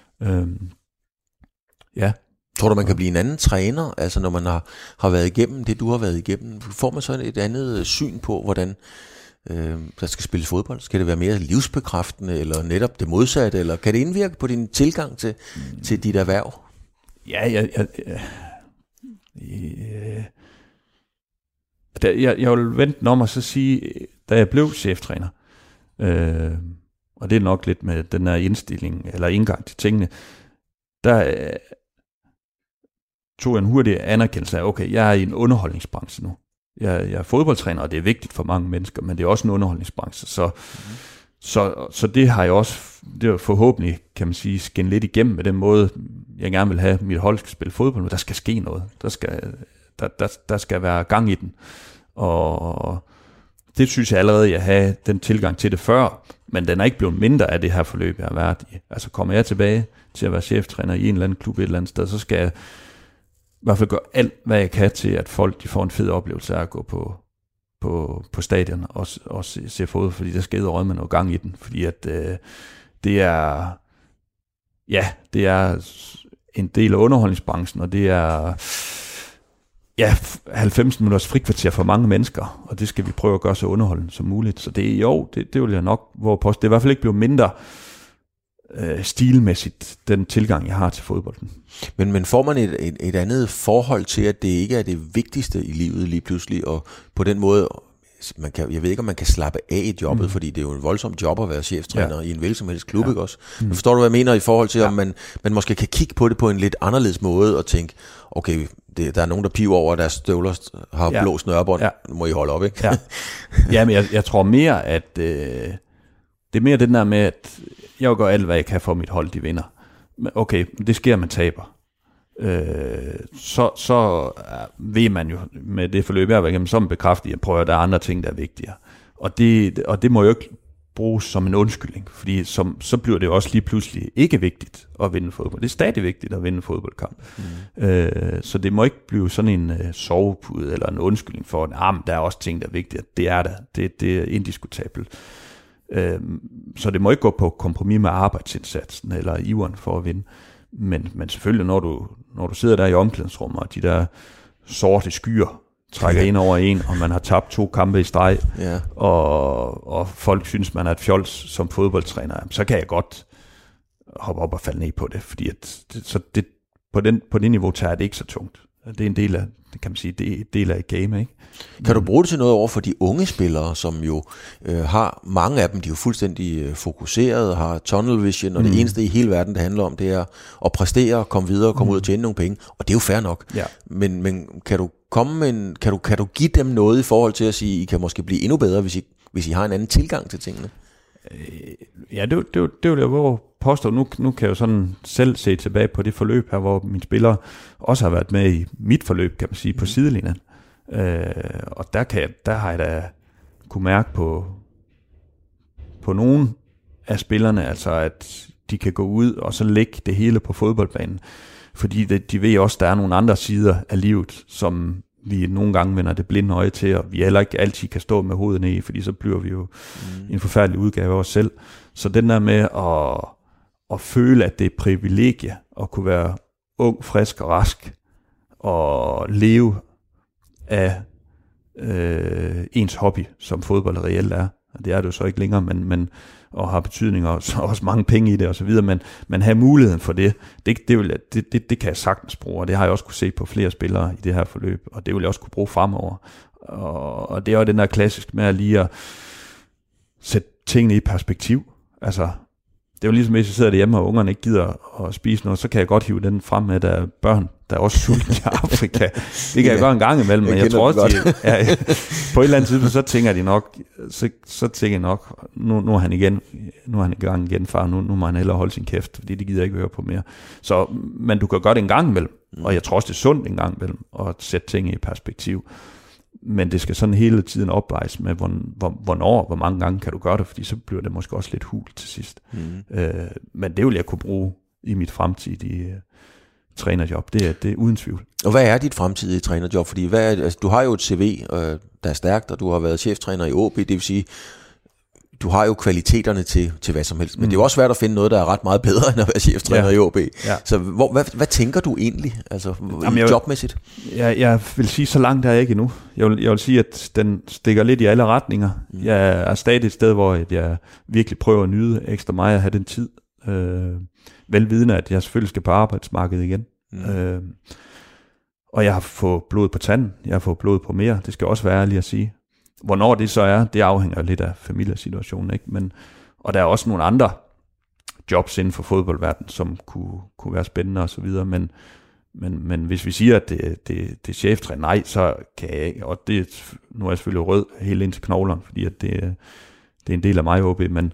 Ja. Tror du, man kan blive en anden træner, altså når man har været igennem det, du har været igennem? Får man så et andet syn på, hvordan der skal spilles fodbold? Skal det være mere livsbekræftende, eller netop det modsatte, eller kan det indvirke på din tilgang til dit erhverv? Ja, jeg vil vente om at så sige, da jeg blev cheftræner, og det er nok lidt med den her indstilling, eller indgang til tingene, der tog jeg en hurtig anerkendelse af, okay, jeg er i en underholdningsbranche nu. Jeg er fodboldtræner, og det er vigtigt for mange mennesker, men det er også en underholdningsbranche. Så det har jeg også, det er forhåbentlig, kan man sige, skinne lidt igennem med den måde, jeg gerne vil have, mit hold skal spille fodbold, men der skal ske noget. Der skal være gang i den. Og det synes jeg allerede, jeg havde den tilgang til det før, men den er ikke blevet mindre af det her forløb, jeg har været i. Altså kommer jeg tilbage til at være cheftræner i en eller anden klub et eller andet sted, så skal jeg i hvert fald gøre alt, hvad jeg kan til, at folk de får en fed oplevelse af at gå på stadion og se fodbold, fordi der skal med noget gang i den, fordi at det er en del af underholdningsbranchen, og det er 90 minutters frikvarter for mange mennesker, og det skal vi prøve at gøre så underholdende som muligt. Så det vil jeg nok våge på. Det er i hvert fald ikke blevet mindre stilmæssigt, den tilgang, jeg har til fodbolden. Men får man et andet forhold til, at det ikke er det vigtigste i livet lige pludselig, og på den måde jeg ved ikke, om man kan slappe af i jobbet, fordi det er jo en voldsom job at være cheftræner i en hvilken som helst klub, ikke også? Men forstår du, hvad jeg mener i forhold til, om man måske kan kigge på det på en lidt anderledes måde og tænke, okay, der er nogen, der piver over, at deres støvler har blå snørebånd, nu må I holde op, ikke? Ja, men jeg tror mere, at det er mere den der med, at jeg gør alt, hvad jeg kan for mit hold, de vinder. Okay, det sker, man taber. Så ved man jo med det forløb, jeg var igennem, så bekræfter jeg prøver, at der er andre ting, der er vigtigere. Og det må jo ikke bruges som en undskyldning, fordi så bliver det jo også lige pludselig ikke vigtigt at vinde fodbold. Det er stadig vigtigt at vinde en fodboldkamp. Så det må ikke blive sådan en sovepude eller en undskyldning for, at der er også ting, der er vigtige. Det er der. Det er indiskutabelt. Så det må ikke gå på kompromis med arbejdsindsatsen eller iveren for at vinde. Men selvfølgelig, når du sidder der i omklædningsrummet, og de der sorte skyer trækker ind over en, og man har tabt 2 kampe i streg, og folk synes, man er et fjols som fodboldtræner, så kan jeg godt hoppe op og falde ned på det, fordi på det niveau tager det ikke så tungt. Det er en del af, kan man sige, det er en del af et game, ikke? Kan du bruge det til noget over for de unge spillere, som jo har, mange af dem, de er jo fuldstændig fokuseret, har tunnel vision, og det eneste i hele verden, det handler om, det er at præstere, komme videre, komme ud og tjene nogle penge, og det er jo fair nok. Ja. Men kan du kan du give dem noget i forhold til at sige, I kan måske blive endnu bedre, hvis I har en anden tilgang til tingene? Ja, det vil jeg våge påstå. Nu kan jeg jo sådan selv se tilbage på det forløb her, hvor mine spillere også har været med i mit forløb, kan man sige, på sidelinjen. Og der har jeg da kunne mærke på nogle af spillerne, altså at de kan gå ud og så lægge det hele på fodboldbanen. Fordi de ved også, at der er nogle andre sider af livet, som vi nogle gange vender det blinde øje til, og vi heller ikke altid kan stå med hovedet ned, fordi så bliver vi jo en forfærdelig udgave af os selv. Så den der med at føle, at det er et privilegie at kunne være ung, frisk og rask, og leve af ens hobby, som fodbold reelt er. Det er det jo så ikke længere, men og har betydning, og så også mange penge i det og så videre, men have muligheden for det kan jeg sagtens bruge, og det har jeg også kunne se på flere spillere i det her forløb, og det vil jeg også kunne bruge fremover. Og det er jo den der klassisk med at lige at sætte tingene i perspektiv. Altså, det er jo ligesom, hvis jeg sidder derhjemme, og ungerne ikke gider at spise noget, så kan jeg godt hive den frem med, at der er børn, der er også sulten i Afrika. Det kan jeg gøre en gang imellem, men jeg tror også, på et eller andet tidspunkt, så tænker de nok, så tænker jeg nok, nu er han i gang igen, far, nu må han hellere holde sin kæft, fordi det gider jeg ikke høre på mere. Så, men du kan gøre det en gang imellem, og jeg tror også, det er sundt en gang imellem, at sætte ting i perspektiv. Men det skal sådan hele tiden opvejes med, hvor mange gange kan du gøre det, fordi så bliver det måske også lidt hult til sidst. Men det vil jeg kunne bruge i mit fremtidige trænerjob. Det er uden tvivl. Og hvad er dit fremtidige trænerjob? Fordi du har jo et CV, der er stærkt, og du har været cheftræner i OB, det vil sige, du har jo kvaliteterne til hvad som helst. Men det er jo også svært at finde noget, der er ret meget bedre, end at være cheftræner i OB. Ja. Så hvad tænker du egentlig, altså jobmæssigt? Jeg vil sige, så langt er jeg ikke endnu. Jeg vil sige, at den stikker lidt i alle retninger. Jeg er stadig et sted, hvor jeg virkelig prøver at nyde ekstra meget at have den tid. Velvidende, at jeg selvfølgelig skal på arbejdsmarkedet igen. Og jeg har fået blod på tanden. Jeg har fået blod på mere. Det skal også være ærligt at sige. Hvornår det så er, det afhænger lidt af familiesituationen, ikke? Og der er også nogle andre jobs inden for fodboldverdenen, som kunne være spændende og så videre, men hvis vi siger, at det er cheftræner, nej, så kan jeg ikke, og nu er jeg selvfølgelig rød helt ind til knoglerne, fordi at det er en del af mig, OB, men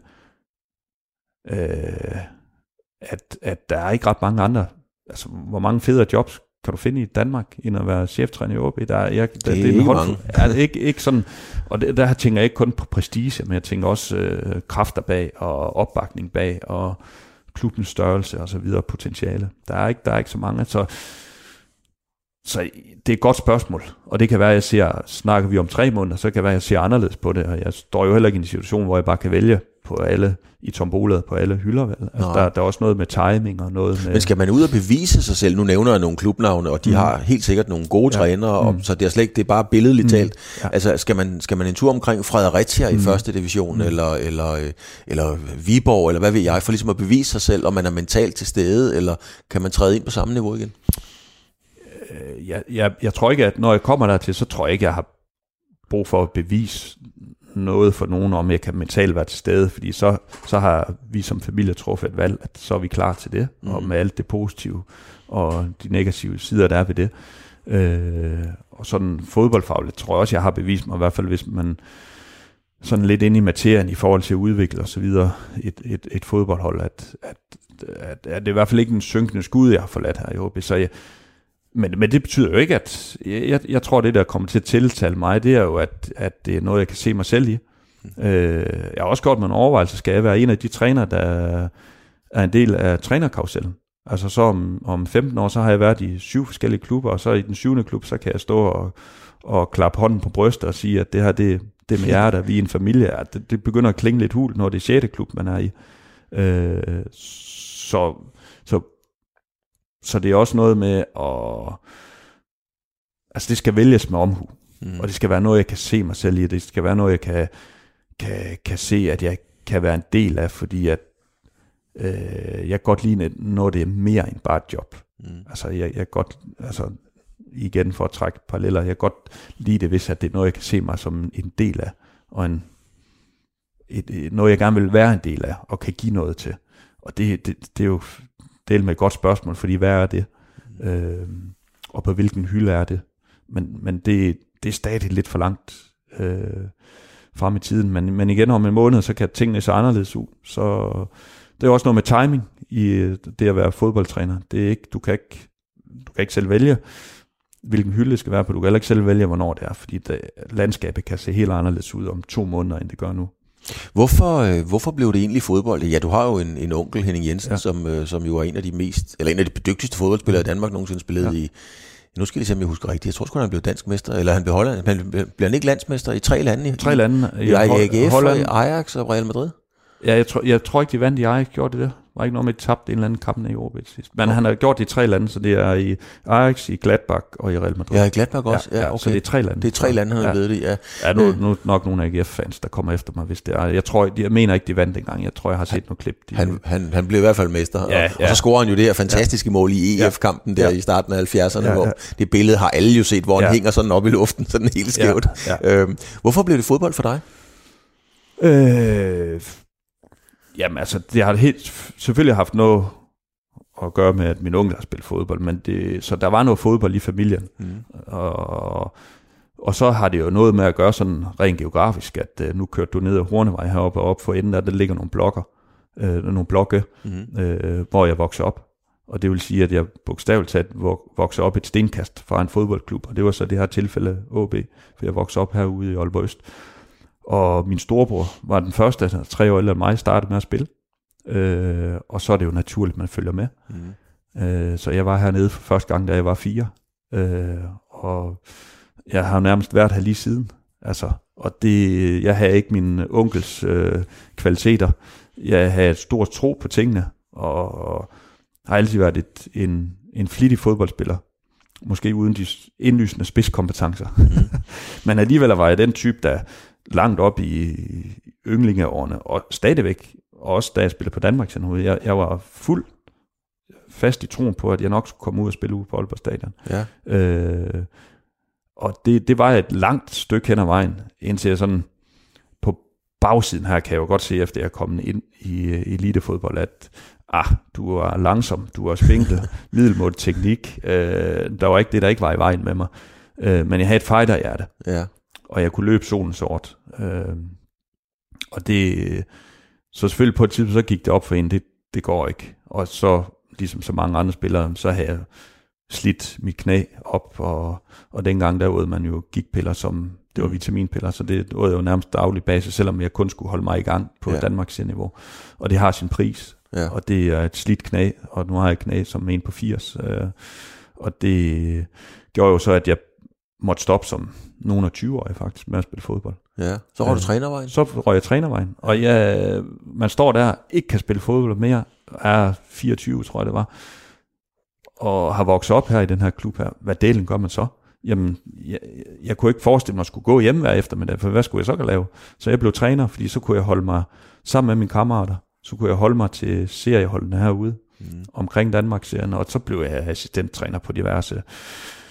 at der er ikke ret mange andre, altså hvor mange federe jobs kan du finde i Danmark, end at være cheftræner i OB? Det er en håndfuld. Er det ikke sådan, og der tænker jeg ikke kun på prestige, men jeg tænker også kræfter bag, og opbakning bag, og klubbens størrelse, og så videre, potentiale. Der er ikke så mange, så det er et godt spørgsmål, og det kan være, at snakker vi om 3 måneder, så kan det være, at jeg ser anderledes på det, og jeg står jo heller ikke i en situation, hvor jeg bare kan vælge på alle, i tombolaet på alle hylder, vel? Altså, der er også noget med timing og noget med... Men skal man ud og bevise sig selv? Nu nævner jeg nogle klubnavne, og de har helt sikkert nogle gode trænere, og så det er slet ikke, det er bare billedligt talt. Ja. Altså, skal man en tur omkring Fredericia i første division, eller Viborg, eller hvad ved jeg, for ligesom at bevise sig selv, om man er mentalt til stede, eller kan man træde ind på samme niveau igen? Jeg tror ikke, at når jeg kommer dertil, så tror jeg ikke, jeg har brug for at bevise noget for nogen, om jeg kan mentalt være til stede, fordi så har vi som familie truffet et valg, at så er vi klar til det, og med alt det positive og de negative sider, der er ved det. Og sådan fodboldfagligt tror jeg også, jeg har bevist mig, i hvert fald hvis man sådan lidt inde i materien i forhold til at udvikle og så videre et fodboldhold, at det er i hvert fald ikke en synkende skud, jeg har forladt her i OB. Men det betyder jo ikke, at jeg tror, det der kommer til at tiltale mig, det er jo, at det er noget, jeg kan se mig selv i. Jeg har også gjort mig en overvejelse, skal jeg være en af de trænere, der er en del af trænerkarusellen. Altså så om 15 år, så har jeg været i 7 forskellige klubber, og så i den 7. klub, så kan jeg stå og klappe hånden på brystet og sige, at det her, det med jer, der vi er en familie. Det begynder at klinge lidt hult, når det er 6. klub, man er i. Så det er også noget med at... Altså det skal vælges med omhu, og det skal være noget, jeg kan se mig selv i. Det skal være noget, jeg kan se, at jeg kan være en del af, fordi at jeg kan godt lide, når det er mere end bare et job. Altså jeg godt... Altså, igen for at trække paralleller, jeg kan godt lide det, hvis at det er noget, jeg kan se mig som en del af, og noget, jeg gerne vil være en del af, og kan give noget til. Og det er jo del med et godt spørgsmål, fordi hvad er det? Og på hvilken hylde er det? Men det er stadig lidt for langt frem i tiden. Men igen om en måned, så kan tingene se anderledes ud. Så det er også noget med timing i det at være fodboldtræner. Det er ikke, du kan ikke selv vælge, hvilken hylde det skal være på. Du kan heller ikke selv vælge, hvornår det er, fordi landskabet kan se helt anderledes ud om 2 måneder, end det gør nu. Hvorfor blev det egentlig fodbold? Ja, du har jo en onkel, Henning Jensen, som jo er en af de dygtigste fodboldspillere i Danmark nogensinde spillede i. Nu skal jeg se, om jeg husker rigtigt. Jeg tror sgu, han blev dansk mester, eller han blev Holland. Han blev ikke landsmester i 3 lande? 3 lande. I AGF, Holland, Ajax og Real Madrid? Ja, jeg tror ikke, de vandt i Ajax, gjorde det. Der var ikke noget med, at de tabte en eller anden kamp i OB sidst. Men han har gjort det i 3 lande, så det er i Ajax, i Gladbach og i Real Madrid. Ja, i Gladbach også. Ja, okay. Så det er 3 lande. Det er 3 lande, han har ved det, ja. Ja, nu nok nogle AGF-fans, der kommer efter mig, hvis det er. Jeg mener ikke, de vandt engang. Jeg tror, jeg har set nogle klip. Han blev i hvert fald mester. Og så scorer han jo det her fantastiske mål i EF-kampen der i starten af 70'erne, hvor det billede har alle jo set, hvor han hænger sådan op i luften, sådan helt skævt. Hvorfor blev det fodbold for dig? Jamen altså, det har selvfølgelig haft noget at gøre med, at min onkel har spillet fodbold, så der var noget fodbold i familien. Og så har det jo noget med at gøre sådan rent geografisk, at nu kørte du ned ad Hornevej heroppe, og op for enden der ligger nogle blokke, hvor jeg voksede op. Og det vil sige, at jeg bogstaveligt talt voksede op et stenkast fra en fodboldklub, og det var så det her tilfælde OB, for jeg voksede op herude i Aalborg Øst. Og min storebror var den første, der 3 år ældre end mig, startede med at spille. Og så er det jo naturligt, at man følger med. Så jeg var hernede for første gang, da jeg var 4. Og jeg har nærmest været her lige siden. Altså, og jeg havde ikke min onkels kvaliteter. Jeg havde et stort tro på tingene, og har altid været en flittig fodboldspiller. Måske uden de indlysende spidskompetencer. Men alligevel var jeg den type, der langt op i ynglingeårene, og stadigvæk, også da jeg spillede på Danmark, jeg var fuld fast i troen på, at jeg nok skulle komme ud og spille ude på Aalborg Stadion. Ja. Og det var et langt stykke hen ad vejen, indtil jeg sådan, på bagsiden her, kan jeg jo godt se, efter jeg er kommet ind i elitefodbold, at du er langsom, du er spinkel, middelmål teknik, der var ikke det, der ikke var i vejen med mig. Men jeg havde et fighterhjerte. Ja. Og jeg kunne løbe solen sort. Og det... Så selvfølgelig på et tidspunkt, så gik det op for en, det går ikke. Og så, ligesom så mange andre spillere, så havde jeg slidt mit knæ op, og dengang der åd man jo gigtpiller, som det var vitaminpiller, så det åd jo nærmest daglig basis, selvom jeg kun skulle holde mig i gang på Danmarks niveau. Og det har sin pris, og det er et slidt knæ, og nu har jeg knæ som en på 80. Og det gjorde jo så, at jeg måtte stoppe som nogen af 20-årige faktisk med at spille fodbold. Ja, så røg du trænervejen? Så røg jeg trænervejen, og man står der, ikke kan spille fodbold mere, er 24, tror jeg det var, og har vokset op her i den her klub her. Hvad delen gør man så? Jamen, jeg kunne ikke forestille mig at skulle gå hjem hver eftermiddag, for hvad skulle jeg så lave? Så jeg blev træner, fordi så kunne jeg holde mig sammen med mine kammerater, så kunne jeg holde mig til serieholdene herude, omkring Danmarksserien, og så blev jeg assistenttræner på diverse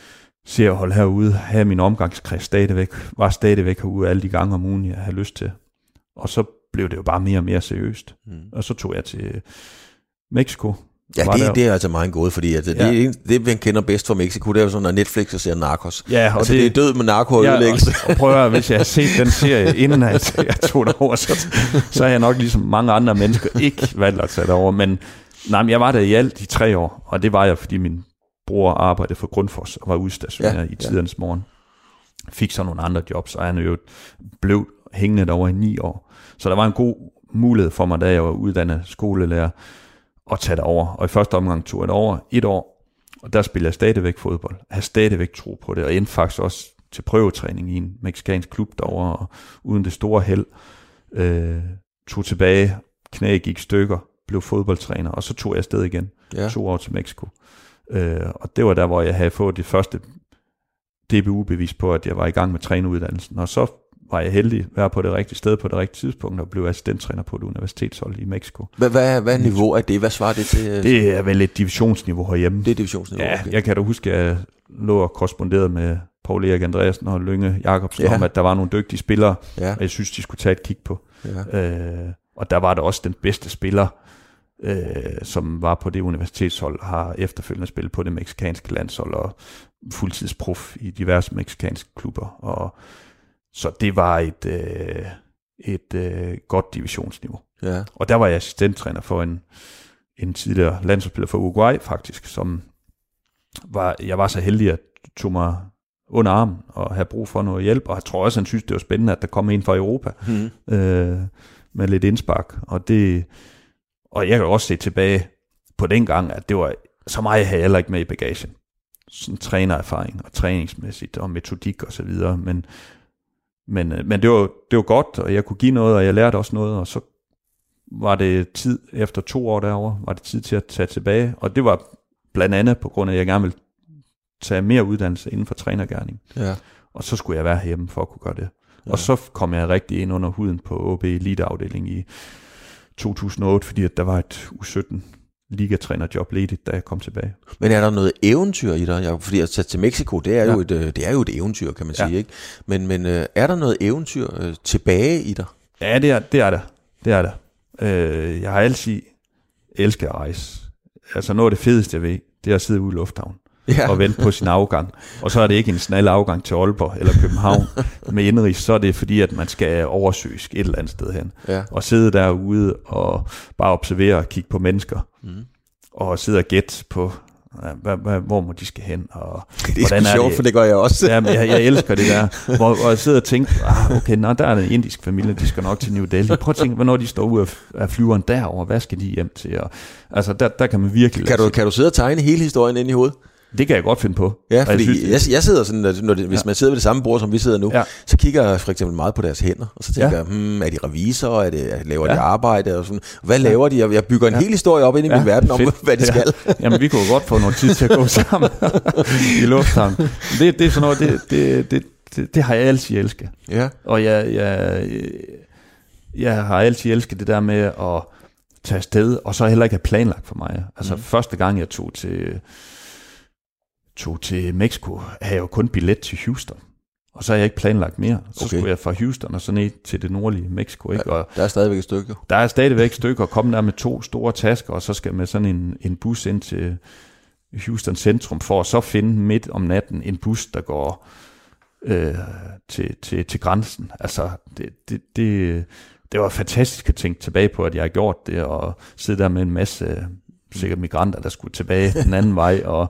seriehold herude, have min omgangskreds stadigvæk, var stadigvæk herude alle de gange om ugen, jeg havde lyst til. Og så blev det jo bare mere og mere seriøst. Og så tog jeg til Mexico. Ja, det er altså meget godt, fordi det man kender bedst fra Mexico, det er jo sådan, når Netflix ser Narcos. Ja, og altså, det er død med narko og ødelæggelse. Og prøv at, hvis jeg har set den serie, inden jeg tog derover, så har jeg nok ligesom mange andre mennesker ikke valgt at tage derover. Men jeg var der i alt i 3 år, og det var jeg, fordi min bror arbejdede for Grundfos og var udstationeret i tidernes morgen. Fik så nogle andre jobs, og han jo blev hængende derovre i 9 år. Så der var en god mulighed for mig, da jeg var uddannet skolelærer, at tage det over. Og i første omgang tog jeg det over 1 år, og der spillede jeg stadigvæk fodbold. Jeg havde stadigvæk tro på det, og endte faktisk også til prøvetræning i en mexicansk klub derovre, og uden det store held, tog tilbage, knæ gik stykker, blev fodboldtræner, og så tog jeg afsted igen, 2 år til Mexico. Og det var der, hvor jeg havde fået det første DBU-bevis på, at jeg var i gang med træneruddannelsen, og så var jeg heldig at være på det rigtige sted på det rigtige tidspunkt, og blev assistenttræner på et universitetshold i Mexico. Hvad niveau er det? Hvad svarer det til? Det er vel et divisionsniveau herhjemme. Det er divisionsniveau, ja, okay. Jeg kan da huske, at jeg lå og korresponderede med Paul Erik Andreasen og Lynge Jacobsen om, at der var nogle dygtige spillere, og jeg synes, de skulle tage et kig på. Og der var der også den bedste spiller, som var på det universitetshold, har efterfølgende spillet på det mexicanske landshold og fuldtidsprof i diverse mexicanske klubber. Og så det var et godt divisionsniveau. Ja. Og der var jeg assistenttræner for en tidligere landsholdsspiller for Uruguay faktisk, som jeg var så heldig at tog mig under armen og havde brug for noget hjælp, og jeg tror også, han synes, det var spændende, at der kom en fra Europa med lidt indspark. Og jeg kan også se tilbage på den gang, at det var så meget, jeg havde heller ikke med i bagagen. Sådan trænererfaring og træningsmæssigt og metodik og så videre, men det var godt, og jeg kunne give noget, og jeg lærte også noget, og så var det tid, efter 2 år derovre, var det tid til at tage tilbage, og det var blandt andet på grund af, at jeg gerne ville tage mere uddannelse inden for trænergerning. Ja. Og så skulle jeg være hjemme for at kunne gøre det. Ja. Og så kom jeg rigtig ind under huden på OB Elite-afdeling i 2008, fordi at der var et U17 ligatrænerjob ledigt, da jeg kom tilbage. Men er der noget eventyr i dig? Fordi at tage til Mexico, det er jo et eventyr, kan man sige, ikke? Men er der noget eventyr tilbage i dig? Ja, det er der. Det er der. Jeg har altid elsket at rejse. Altså noget af det fedeste, jeg ved, det er at sidde ude i lufthavnen og vente på sin afgang. Og så er det ikke en snal afgang til Aalborg eller København med indrigs, så er det fordi, at man skal oversøges et eller andet sted hen. Ja. Og sidde derude og bare observere og kigge på mennesker. Og sidde og gætte på, hvor må de skal hen. Og det er sgu sjovt, for det gør jeg også. Ja, jeg elsker det der. Hvor jeg sidder og tænker, okay, der er en indisk familie, de skal nok til New Delhi. Prøv at tænke, hvornår de står ud af flyveren derover, hvad skal de hjem til? Og, altså, der kan man virkelig... Kan du sidde og tegne hele historien ind i hovedet? Det kan jeg godt finde på. Ja, fordi jeg sidder sådan, hvis man sidder ved det samme bord, som vi sidder nu, så kigger jeg for eksempel meget på deres hænder, og så tænker jeg, er de revisorer, laver de arbejde, og sådan. Hvad laver de? Jeg bygger en hel historie op ind i min verden om, hvad de skal. Jamen, vi kunne jo godt få noget tid til at gå sammen i lufthavnen. Det er sådan noget, det har jeg altid elsket. Ja. Og jeg har altid elsket det der med at tage afsted, og så heller ikke have planlagt for mig. Altså, første gang jeg tog til Mexico, havde jeg jo kun billet til Houston. Og så har jeg ikke planlagt mere. Så skulle jeg fra Houston og så ned til det nordlige Mexico. Ikke? Og der er stadigvæk et stykke. Der er stadigvæk et stykke at komme der med 2 store tasker, og så skal med sådan en bus ind til Houston centrum, for at så finde midt om natten en bus, der går til grænsen. Altså, det var fantastisk at tænke tilbage på, at jeg har gjort det, og sidde der med en masse sikkert migranter, der skulle tilbage den anden vej, og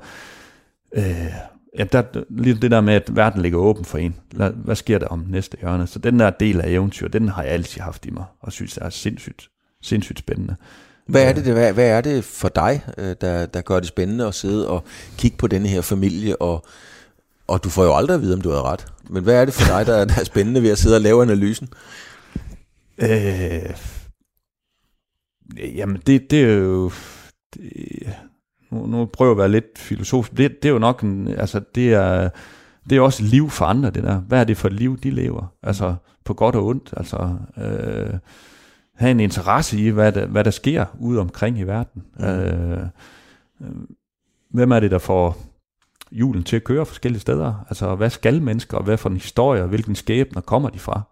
lige det der med, at verden ligger åben for en. Hvad sker der om næste hjørne? Så den der del af eventyr, den har jeg altid haft i mig, og synes, det er sindssygt spændende. Hvad er det for dig, der gør det spændende at sidde og kigge på denne her familie, og du får jo aldrig at vide, om du havde ret. Men hvad er det for dig, der er spændende ved at sidde og lave analysen? Jamen, det er jo... Nu prøver jeg at være lidt filosofisk. Det er jo nok det er også liv for andre, det der. Hvad er det for et liv, de lever? Altså, på godt og ondt. Altså, have en interesse i, hvad der sker ude omkring i verden. Hvem er det, der får julen til at køre forskellige steder. Altså, hvad skal mennesker, og hvad for en historie, og hvilken skæbner kommer de fra?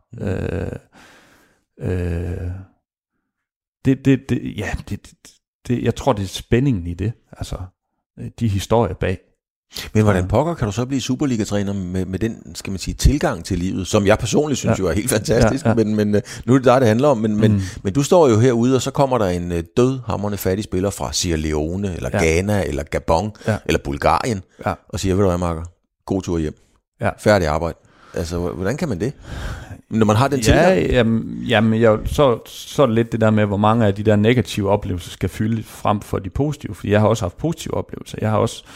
Jeg tror, det er spændingen i det. Altså, de historier bag. Men hvordan pokker kan du så blive Superliga-træner med den, skal man sige, tilgang til livet, som jeg personligt synes jo er helt fantastisk, men nu er det der, det handler om, men du står jo herude, og så kommer der en dødhamrende fattig spiller fra Sierra Leone, eller Ghana, eller Gabon, eller Bulgarien, og siger, ved du hvad, Marker, god tur hjem, færdig arbejde. Altså, hvordan kan man det? Når man har den tilgang? Jamen, så er det lidt det der med, hvor mange af de der negative oplevelser skal fylde frem for de positive, fordi jeg har også haft positive oplevelser. Jeg har også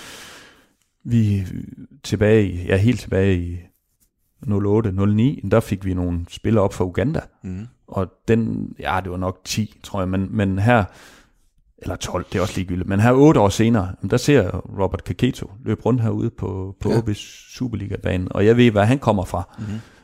helt tilbage i 08-09, der fik vi nogle spillere op fra Uganda, og det var nok 10, tror jeg, men her, eller 12, det er også ligegyldigt, men her 8 år senere, der ser jeg Robert Kaketo løbe rundt herude på OB's Superliga-banen, og jeg ved, hvad han kommer fra,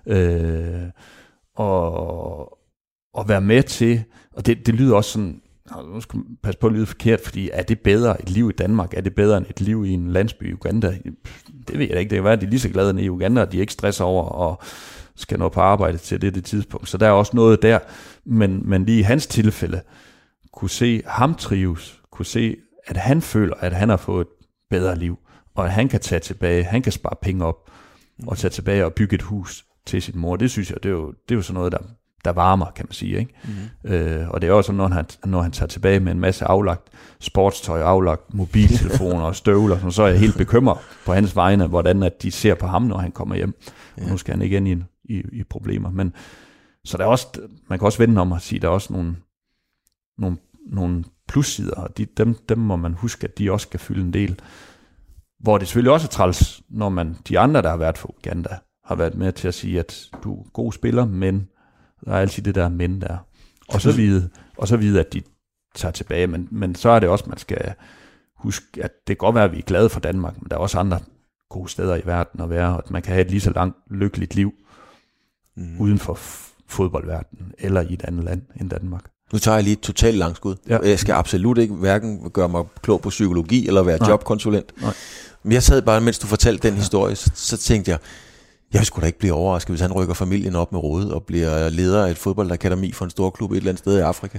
og være med til, og det lyder også sådan, nu skal man passe på at lyde forkert, fordi er det bedre et liv i Danmark? Er det bedre end et liv i en landsby i Uganda? Det ved jeg ikke. Det kan være, at de er lige så glade i Uganda, og de er ikke stresser over og skal nå på arbejde til det tidspunkt. Så der er også noget der. Men lige i hans tilfælde, kunne se ham trives, kunne se, at han føler, at han har fået et bedre liv, og at han kan tage tilbage, han kan spare penge op, og tage tilbage og bygge et hus til sin mor. Det synes jeg, det er jo sådan noget, der varmer, kan man sige, ikke? Og det er også når han tager tilbage med en masse aflagt sportstøj, aflagt mobiltelefoner og støvler, så er jeg helt bekymret på hans vegne, hvordan at de ser på ham, når han kommer hjem. Og nu skal han ikke ind i problemer. Men så der er også, man kan også vende om at sige, der er også nogle plussider, og dem må man huske, at de også skal fylde en del. Hvor det selvfølgelig også er træls, når de andre, der har været for Uganda, har været med til at sige, at du er god spiller, men der er altid det der men der. Og så vide, at de tager tilbage. Men så er det også, man skal huske, at det kan godt være, at vi er glade for Danmark, men der er også andre gode steder i verden at være, og at man kan have et lige så langt lykkeligt liv uden for fodboldverdenen, eller i et andet land end Danmark. Nu tager jeg lige et totalt langskud. Jeg skal absolut ikke hverken gøre mig klog på psykologi, eller være jobkonsulent. Nej. Men jeg sad bare, mens du fortalte den historie, så tænkte jeg vil sgu da ikke blive overrasket, hvis han rykker familien op med Rode og bliver leder af et fodboldakademi for en stor klub et eller andet sted i Afrika.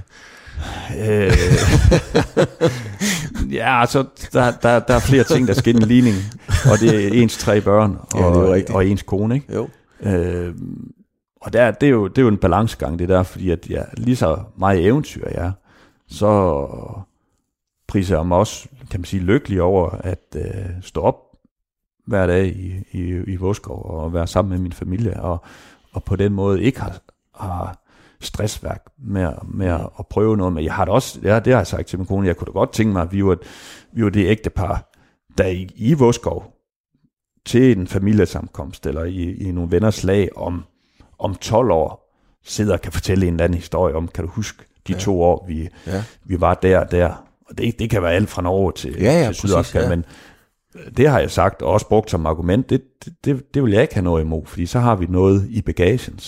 Altså, der er flere ting, der skal ind i ligningen, og det er ens 3 børn og ens kone, ikke? Jo. Og det er jo en balancegang, det der, fordi at jeg lige så meget eventyr jeg er, så priser jeg mig også, kan man sige, lykkelig over at stå op hver dag i Vodskov og være sammen med min familie, og på den måde ikke har stressværk med at prøve noget. Men jeg har det også, det har jeg sagt til min kone, jeg kunne da godt tænke mig, at vi var det ægtepar, der i Vodskov til en familiesammenkomst, eller i nogle venners lag om 12 år, sidder og kan fortælle en eller anden historie om, kan du huske de 2 år, vi var der. Og det kan være alt fra Norge til Sydafrika, men det har jeg sagt, og også brugt som argument, det vil jeg ikke have noget imod, fordi så har vi noget i bagagen,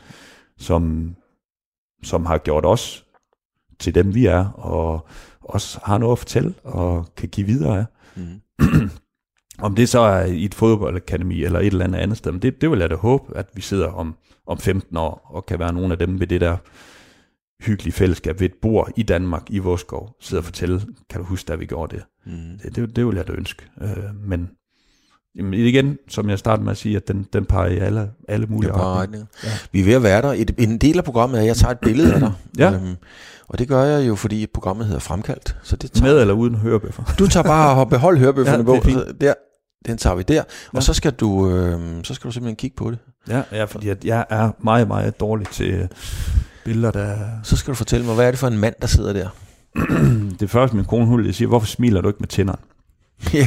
som har gjort os til dem, vi er, og også har noget at fortælle, og kan give videre af. Om det så er i et fodboldakademi, eller et eller andet sted, men det vil jeg da håbe, at vi sidder om 15 år, og kan være nogle af dem ved det der hyggelige fællesskab ved et bord i Danmark, i Vodskov, sidder og fortælle, kan du huske, da vi gjorde det? Det vil jeg da ønske. Men igen, som jeg startede med at sige, at den peger i alle mulige retninger. Ja. Vi er ved at være der. En del af programmet er, at jeg tager et billede af dig. Ja. Og det gør jeg jo, fordi programmet hedder Fremkaldt. Så det tager... Med eller uden hørebøffer? Du tager bare og behold hørebøfferne på. Den tager vi der. Og så skal du simpelthen kigge på det. Ja, fordi at jeg er meget, meget dårlig til billeder, der... Så skal du fortælle mig, hvad er det for en mand, der sidder der? Det første, min kone hun siger, hvorfor smiler du ikke med tænderne? Ja.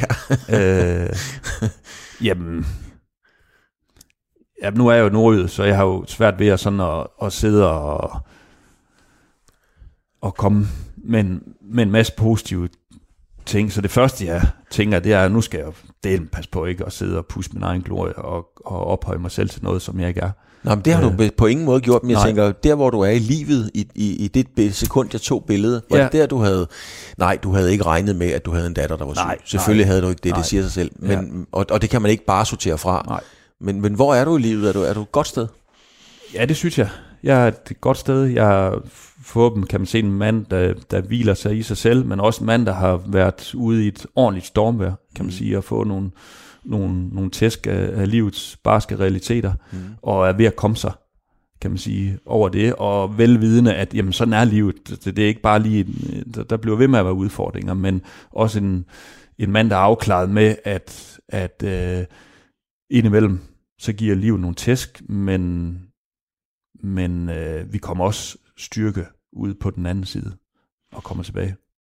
Jamen, nu er jeg jo nordjyde, så jeg har jo svært ved at sidde og komme med en masse positive ting. Så det første, jeg tænker, det er, at nu skal jeg delen passe på ikke at sidde og puste min egen glorie og ophøje mig selv til noget, som jeg ikke er. Nå, men det har du på ingen måde gjort, men jeg tænker, der hvor du er i livet, i det sekund, jeg tog billedet, var det der, du havde... Nej, du havde ikke regnet med, at du havde en datter, der var syg. Selvfølgelig havde du ikke det, det siger sig selv. Men, og det kan man ikke bare sortere fra. Nej. Men hvor er du i livet? Er du et godt sted? Ja, det synes jeg. Jeg er et godt sted. Jeg er forhåbentlig, kan man se, en mand, der hviler sig i sig selv, men også en mand, der har været ude i et ordentligt stormvejr, kan man sige, og få nogle tæsk af livets barske realiteter, og er ved at komme sig, kan man sige, over det, og velvidende, at jamen, sådan er livet. Det er ikke bare lige, der bliver ved med at være udfordringer, men også en mand, der er afklaret med, at indimellem, så giver livet nogle tæsk, men vi kommer også styrke ud på den anden side og kommer tilbage.